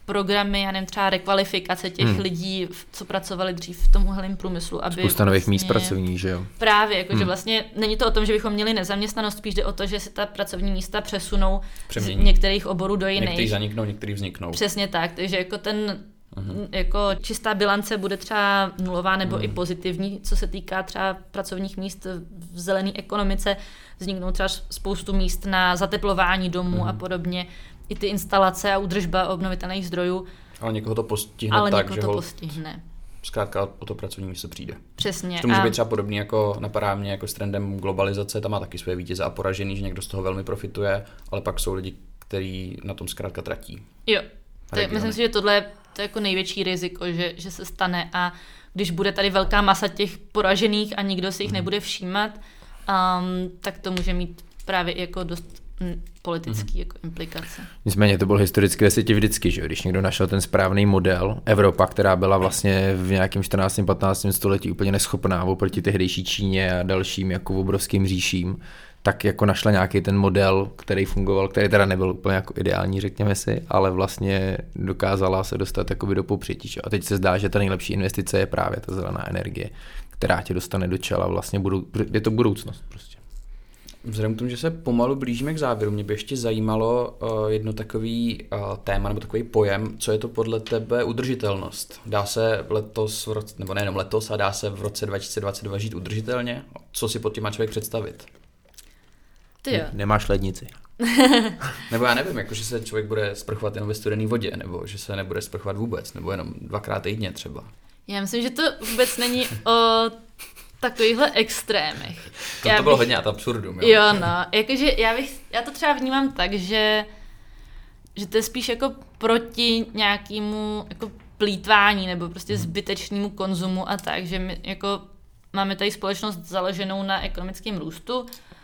programy, já nevím, třeba rekvalifikace těch hmm. lidí, co pracovali dřív v tom uhelném průmyslu. Aby spousta nových vlastně, míst pracovních, že jo? Právě, jakože hmm. vlastně není to o tom, že bychom měli nezaměstnanost, spíš jde o to, že se ta pracovní místa přesunou Přemění. z některých oborů do jiných. Některý zaniknou, některý vzniknou. Přesně tak, takže jako ten uh-huh. jako čistá bilance bude třeba nulová nebo uh-huh. i pozitivní, co se týká třeba pracovních míst v zelené ekonomice, vzniknou třeba spoustu míst na zateplování domů uh-huh. a podobně, i ty instalace a údržba obnovitelných zdrojů. Ale někoho to postihne ale tak, někoho že to ho postihne. zkrátka o to pracovní místo přijde. Přesně. To může a... být třeba podobný jako napadá mě jako s trendem globalizace, tam má taky svoje vítěze a poražený, že někdo z toho velmi profituje, ale pak jsou lidi, kteří na tom zkrátka tratí. Jo, tak myslím si, že tohle je to jako největší riziko, že, že se stane a když bude tady velká masa těch poražených a nikdo si jich hmm. nebude všímat, um, tak to může mít právě jako dost politický mm. jako implikace. Nicméně to bylo historicky deseti vždycky, že když někdo našel ten správný model, Evropa, která byla vlastně v nějakém čtrnáctém patnáctém století úplně neschopná oproti tehdejší Číně a dalším jako obrovským říším, tak jako našla nějaký ten model, který fungoval, který teda nebyl úplně jako ideální, řekněme si, ale vlastně dokázala se dostat jakoby do popředí. A teď se zdá, že ta nejlepší investice je právě ta zelená energie, která tě dostane do čela, vlastně budou, je to budoucnost prostě. Vzhledem k tomu, že se pomalu blížíme k závěru, mě by ještě zajímalo uh, jedno takový uh, téma nebo takový pojem, co je to podle tebe udržitelnost. Dá se letos, v roce, nebo nejenom letos, a dá se v roce dva tisíce dvacet dva žít udržitelně? Co si pod tím má člověk představit? Ty jo. Nemáš lednici. Nebo já nevím, jako že se člověk bude sprchovat jenom ve studené vodě, nebo že se nebude sprchovat vůbec, nebo jenom dvakrát týdně třeba. Já myslím, že to vůbec není o takovýchhle extrémech. To, já to bylo bych, hodně ad absurdum. Jo, jo no, jakože já, bych, já to třeba vnímám tak, že, že to je spíš jako proti nějakému jako plýtvání nebo prostě zbytečnému konzumu a tak, že my jako máme tady společnost založenou na ekonomickém růstu.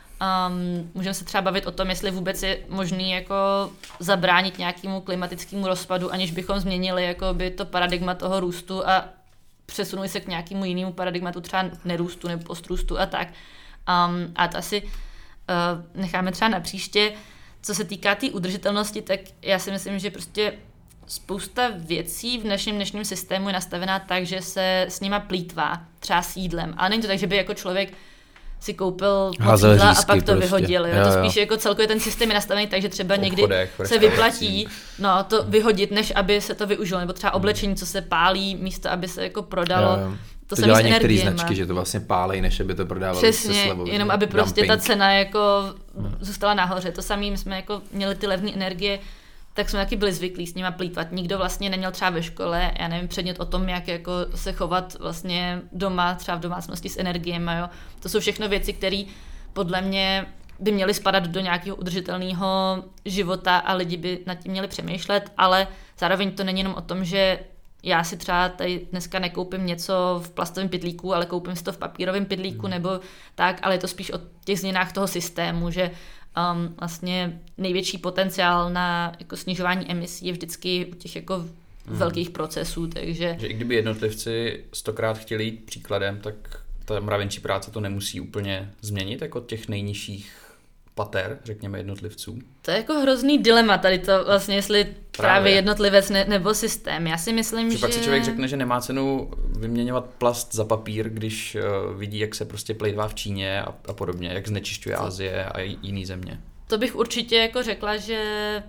Um, můžeme se třeba bavit o tom, jestli vůbec je možný jako zabránit nějakému klimatickému rozpadu, aniž bychom změnili jako by to paradigma toho růstu a přesunuli se k nějakému jinému paradigmatu, třeba nerůstu nebo postrůstu a tak. Um, a to asi uh, necháme třeba na příště. Co se týká té tý udržitelnosti, tak já si myslím, že prostě spousta věcí v dnešním dnešním systému je nastavená tak, že se s nima plýtvá, třeba s jídlem. Ale není to tak, že by jako člověk si koupil moc jídla a pak to prostě vyhodil. Jo? Jo, to spíš jo. jako celkově ten systém je nastavený tak, že třeba někdy se vyplatí no, to vyhodit, než aby se to využilo. Nebo třeba oblečení, co se pálí, místo aby se jako prodalo. Jo, jo. To, to dělají některé značky, že to vlastně pálej, než aby to prodávali. Přesně, se slevou, jenom aby prostě dumping. Ta cena jako hmm. zůstala nahoře. To samé, my jsme jako měli ty levné energie, tak jsme taky byli zvyklí s nima plýtvat. Nikdo vlastně neměl třeba ve škole, já nevím, předmět o tom, jak jako se chovat vlastně doma, třeba v domácnosti s energiemi. Jo. To jsou všechno věci, které podle mě by měly spadat do nějakého udržitelného života a lidi by nad tím měli přemýšlet, ale zároveň to není jenom o tom, že já si třeba tady dneska nekoupím něco v plastovém pytlíku, ale koupím si to v papírovém pytlíku hmm. nebo tak, ale je to spíš o těch změnách toho systému, že um, vlastně největší potenciál na jako snižování emisí je vždycky u těch jako hmm. velkých procesů, takže... Že i kdyby jednotlivci stokrát chtěli jít příkladem, tak ta mravenčí práce to nemusí úplně změnit, jako těch nejnižších pater, řekněme, jednotlivců. To je jako hrozný dilema tady to vlastně, jestli právě, právě jednotlivec ne, nebo systém. Já si myslím, že... že... pak si člověk řekne, že nemá cenu vyměňovat plast za papír, když uh, vidí, jak se prostě plejtvá v Číně a, a podobně, jak znečišťuje Asie a jiný země. To bych určitě jako řekla, že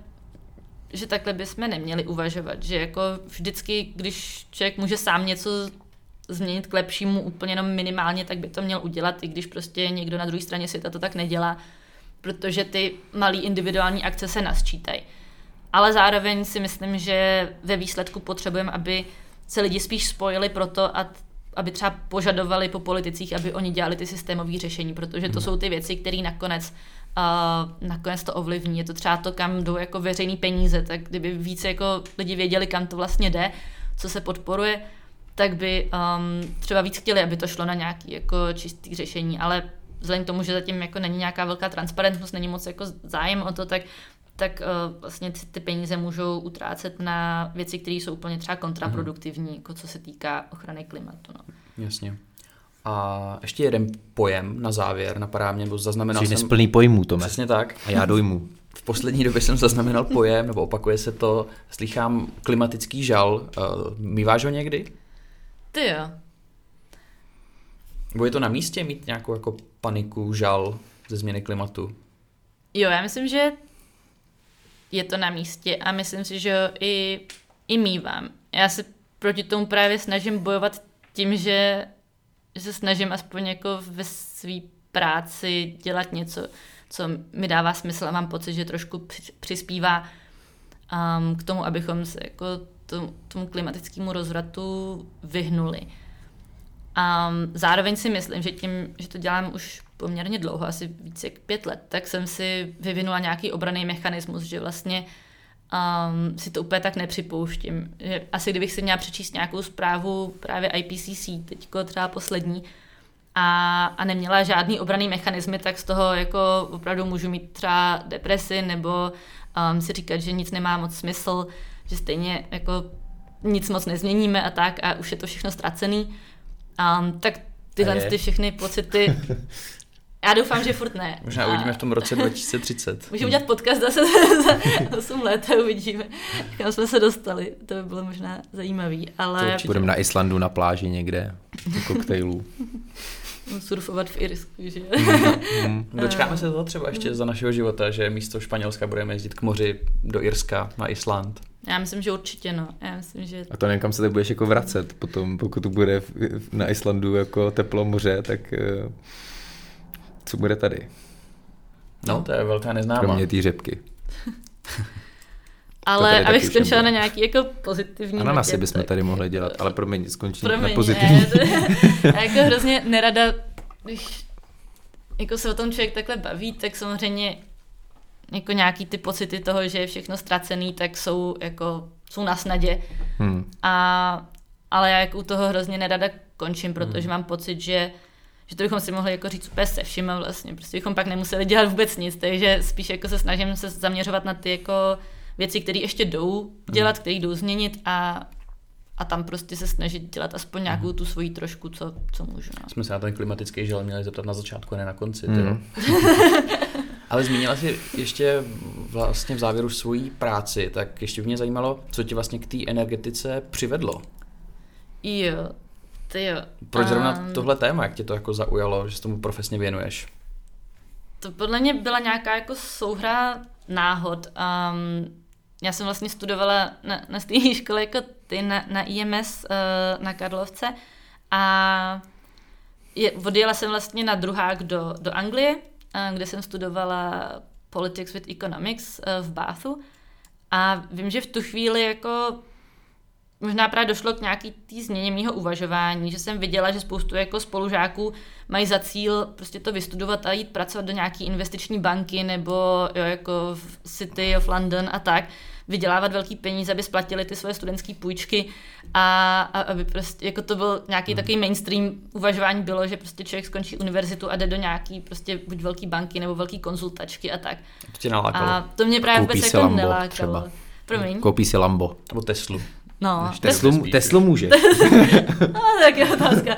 že takhle bychom neměli uvažovat, že jako vždycky, když člověk může sám něco změnit k lepšímu úplně jenom minimálně, tak by to měl udělat, i když prostě někdo na druhé straně světa to tak nedělá, protože ty malý individuální akce se nasčítají. Ale zároveň si myslím, že ve výsledku potřebujeme, aby se lidi spíš spojili proto, aby třeba požadovali po politicích, aby oni dělali ty systémové řešení, protože to jsou ty věci, které nakonec, uh, nakonec to ovlivní. Je to třeba to, kam jdou jako veřejný peníze, tak kdyby více jako lidi věděli, kam to vlastně jde, co se podporuje, tak by um, třeba víc chtěli, aby to šlo na nějaké jako čisté řešení, ale vzhledem k tomu, že zatím jako není nějaká velká transparentnost, není moc jako zájem o to, tak, tak uh, vlastně ty peníze můžou utrácet na věci, které jsou úplně třeba kontraproduktivní, mm. jako co se týká ochrany klimatu. No. Jasně. A ještě jeden pojem na závěr, napadá mě, nebo zaznamenal Jsi jsem... plný pojmů, Tome. Přesně tak. A já dojmu. v poslední době jsem zaznamenal pojem, nebo opakuje se to, slychám klimatický žal. Míváš ho někdy? Ty jo. Bo je to na místě mít nějakou jako paniku, žal ze změny klimatu? Jo, já myslím, že je to na místě a myslím si, že ho i, i mívám. Já se proti tomu právě snažím bojovat tím, že, že se snažím aspoň jako ve své práci dělat něco, co mi dává smysl a mám pocit, že trošku přispívá um, k tomu, abychom se jako tomu, tomu klimatickému rozvratu vyhnuli. Um, zároveň si myslím, že tím, že to dělám už poměrně dlouho, asi více jak pět let, tak jsem si vyvinula nějaký obranný mechanismus, že vlastně um, si to úplně tak nepřipouštím. Že asi kdybych si měla přečíst nějakou zprávu právě I P C C, teďko třeba poslední, a, a neměla žádný obranný mechanismy, tak z toho jako opravdu můžu mít třeba depresi nebo um, si říkat, že nic nemá moc smysl, že stejně jako nic moc nezměníme a tak a už je to všechno ztracený. Um, tak tyhle ty všechny pocity, já doufám, že furt ne. Možná a... uvidíme v tom roce dva tisíce třicet. Můžeme udělat podcast zase za osm let a uvidíme, kam jsme se dostali. To by bylo možná zajímavý, ale... Budeme na Islandu na pláži někde, u koktejlů. Surfovat v Irsku, že? Mm. Dočkáme se toho třeba ještě za našeho života, že místo Španělska budeme jezdit k moři do Irska, na Island. Já myslím, že určitě, no. Já myslím, že... A to nevím, kam se tak budeš jako vracet potom, pokud tu bude v, na Islandu jako teplo moře, tak uh, co bude tady? No, to je velká neznámá. Kromě té řepky. Ale abych skončila na nějaký jako pozitivní Ananasy natě, bychom tak... tady mohli dělat, ale promiň, skončí promiň, na pozitivní. Já jako hrozně nerada, když jako se o tom člověk takhle baví, tak samozřejmě jako nějaký ty pocity toho, že je všechno ztracený, tak jsou jako jsou na snadě. Hmm. A, ale já jako u toho hrozně nerada končím, protože hmm. mám pocit, že že to bychom si mohli jako říct úplně se všima vlastně, prostě bychom pak nemuseli dělat vůbec nic, takže spíš jako se snažím se zaměřovat na ty jako věci, které ještě jdou dělat, které jdou změnit a, a tam prostě se snažit dělat aspoň nějakou tu svoji trošku, co, co můžu. No. Jsme se na ten klimatický žal měli zeptat na začátku, ne na konci. Mm. Ale zmínila jsi ještě vlastně v závěru svojí práci, tak ještě mě zajímalo, co tě vlastně k té energetice přivedlo. Jo, ty jo. Proč zrovna um, tohle téma, jak tě to jako zaujalo, že se tomu profesně věnuješ? To podle mě byla nějaká jako souhra náhod. Um, já jsem vlastně studovala na, na stejné škole jako ty, na, na I M S uh, na Karlovce a je, odjela jsem vlastně na druhák do, do Anglie, uh, kde jsem studovala Politics with Economics uh, v Bathu a vím, že v tu chvíli jako možná právě došlo k nějaký té změně mýho uvažování, že jsem viděla, že spoustu jako spolužáků mají za cíl prostě to vystudovat a jít pracovat do nějaký investiční banky nebo jo, jako v City of London a tak, vydělávat velký peníze, aby splatili ty svoje studentské půjčky a, a aby prostě, jako to byl nějaký hmm. takový mainstream uvažování bylo, že prostě člověk skončí univerzitu a jde do nějaký prostě buď velký banky nebo velký konzultačky a tak. To tě nalákalo. A to mě právě vůbec jako nelákalo. Promiň. Koupí si Lambo. Nebo Teslu. No, Teslu, Teslu může. No, tak je otázka.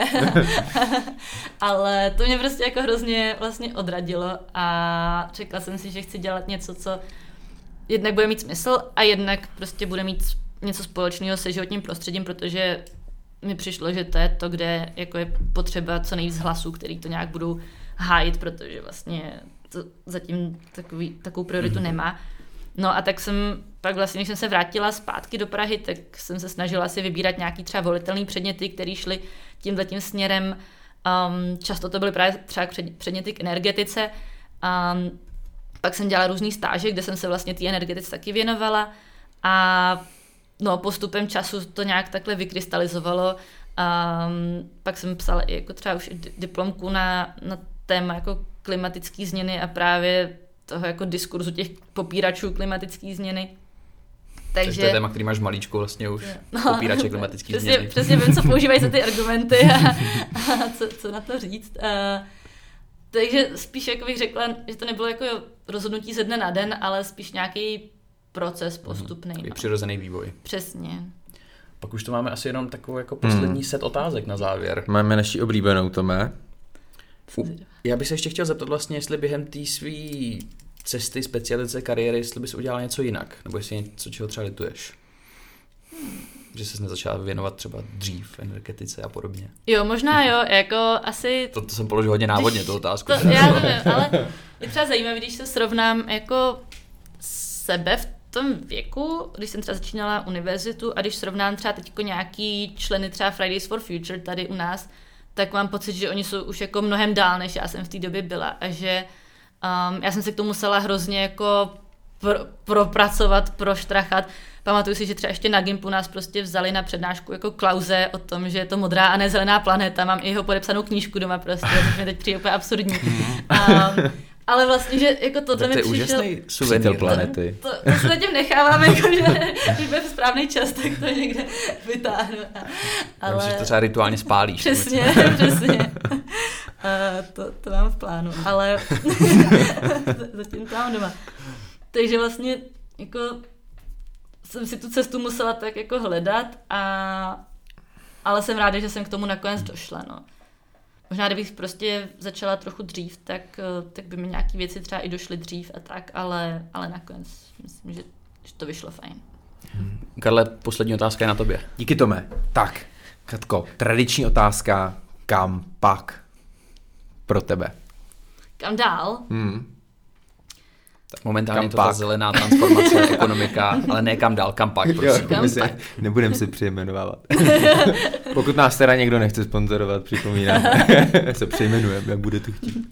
Ale to mě prostě jako hrozně vlastně odradilo a řekla jsem si, že chci dělat něco, co jednak bude mít smysl a jednak prostě bude mít něco společného se životním prostředím, protože mi přišlo, že to je to, kde jako je potřeba co nejvíc hlasů, který to nějak budou hájit, protože vlastně to zatím takový, takovou prioritu nemá. No a tak jsem pak vlastně, když jsem se vrátila zpátky do Prahy, tak jsem se snažila si vybírat nějaký třeba volitelný předměty, které šly tímhletím směrem. Um, často to byly právě třeba předměty k energetice. Um, pak jsem dělala různý stáže, kde jsem se vlastně té energetice taky věnovala a no, postupem času to nějak takhle vykrystalizovalo. Um, pak jsem psala i jako třeba už diplomku na, na téma jako klimatické změny a právě toho jako diskurzu těch popíračů klimatické změny. Takže, Takže to je téma, který máš malíčku vlastně už, no, popírače klimatické přesně, změny. Přesně vím, co používají za ty argumenty a, a co, co na to říct. A, takže spíš jako bych řekla, že to nebylo jako rozhodnutí ze dne na den, ale spíš nějaký proces postupný. Hmm, no. Přirozený vývoj. Přesně. Pak už to máme asi jenom takovou jako poslední hmm. set otázek na závěr. Máme naši oblíbenou, Tome. Já bych se ještě chtěl zeptat vlastně, jestli během té svý cesty, specializace, kariéry, jestli bys udělal něco jinak, nebo jestli něco, čeho třeba lituješ. Že jsi nezačala věnovat třeba dřív energetice a podobně. Jo, možná jo, jako asi... To, to jsem položil hodně návodně, tu otázku. To, já nevím, ale je třeba zajímavé, když se srovnám jako sebe v tom věku, když jsem třeba začínala univerzitu a když srovnám třeba teď nějaký členy třeba Fridays for Future tady u nás, tak mám pocit, že oni jsou už jako mnohem dál, než já jsem v té době byla a že um, já jsem se k tomu musela hrozně jako pro, propracovat, proštrachat. Pamatuju si, že třeba ještě na Gimpu nás prostě vzali na přednášku jako Klause o tom, že je to modrá a ne zelená planeta. Mám i jeho podepsanou knížku doma prostě, což mi teď přijde úplně absurdní. Um, ale vlastně, že jako tohle mi přišlo... To je úžasný suvenír planety. To, to, to se zatím nechávám, jako, že když bude v správný čas, tak to někde vytáhnu. Ale... Myslím, že to třeba rituálně spálíš. Přesně, přesně. Uh, to, to mám v plánu, ale zatím to mám doma. Takže vlastně jako jsem si tu cestu musela tak jako hledat, a, ale jsem ráda, že jsem k tomu nakonec došla. No. Možná, kdybych prostě začala trochu dřív, tak, tak by mi nějaké věci třeba i došly dřív a tak, ale, ale nakonec myslím, že, že to vyšlo fajn. Karle, poslední otázka je na tobě. Díky, Tome. Tak, Katko, tradiční otázka, kam pak pro tebe? Kam dál? Hmm. Tak momentálně Kam to ta pak? zelená transformace, ekonomika, ale ne kam dál, kam pak, prosím. Kam si, pak? nebudem si přejmenovávat. Pokud nás teda někdo nechce sponzorovat, připomínám, se přejmenujeme, jak budete chtít.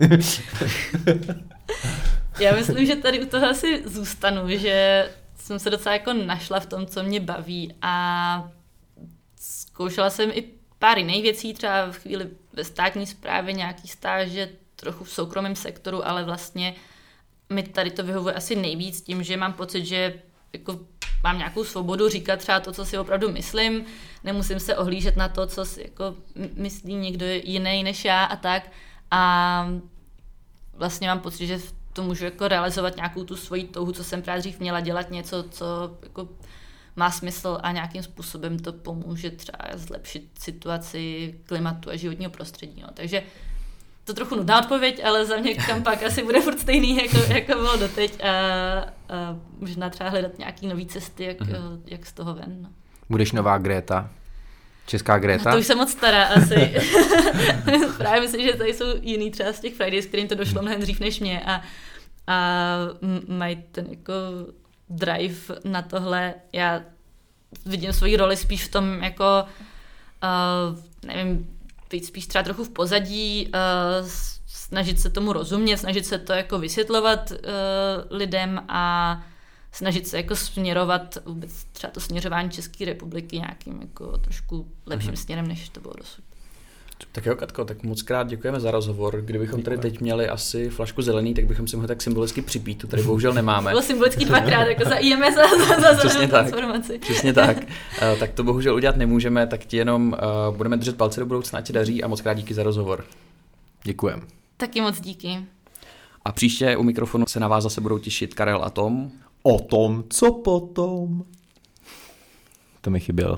Já myslím, že tady u toho asi zůstanu, že jsem se docela jako našla v tom, co mě baví, a zkoušela jsem i pár jiných věcí, třeba v chvíli ve státní správě nějaký stáže, trochu v soukromém sektoru, ale vlastně mi tady to vyhovuje asi nejvíc tím, že mám pocit, že jako mám nějakou svobodu říkat třeba to, co si opravdu myslím, nemusím se ohlížet na to, co si jako myslí někdo jiný než já a tak, a vlastně mám pocit, že to můžu jako realizovat nějakou tu svoji touhu, co jsem právě dřív měla, dělat něco, co jako má smysl a nějakým způsobem to pomůže třeba zlepšit situaci klimatu a životního prostředí. No. Takže to trochu nudná odpověď, ale za mě kam pak asi bude furt stejný, jako, jako bylo doteď, a, a možná třeba hledat nějaký nový cesty, jak, mm. jak z toho ven. No. Budeš nová Greta? Česká Greta? No to už jsem moc stará asi. Právě myslím, že tady jsou jiný třeba z těch Fridays, kterým to došlo mnohem dřív než mě, a, a mají ten jako drive na tohle. Já vidím svoji roli spíš v tom jako, uh, nevím, být spíš třeba trochu v pozadí, uh, snažit se tomu rozumět, snažit se to jako vysvětlovat uh, lidem a snažit se jako směrovat vůbec třeba to směřování České republiky nějakým jako trošku lepším mm-hmm. směrem, než to bylo dosud. Tak jo, Katko, tak moc krát děkujeme za rozhovor. Kdybychom tady teď měli asi flašku zelený, tak bychom si mohli tak symbolicky připít, tu tady bohužel nemáme. Bylo symbolicky dvakrát, jako za I M S a za, za Přesně tak. transformaci. Přesně tak. Uh, tak to bohužel udělat nemůžeme, tak ti jenom uh, budeme držet palce do budoucna, ať ti daří, a moc krát díky za rozhovor. Děkujem. Taky moc díky. A příště u mikrofonu se na vás zase budou těšit Karel a Tom. O tom, co potom? To mi chybělo.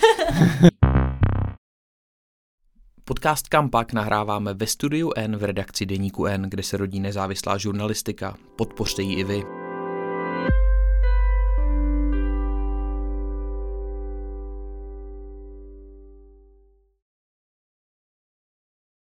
Podcast Kam pak nahráváme ve Studiu N v redakci Deníku N, kde se rodí nezávislá žurnalistika. Podpořte ji i vy.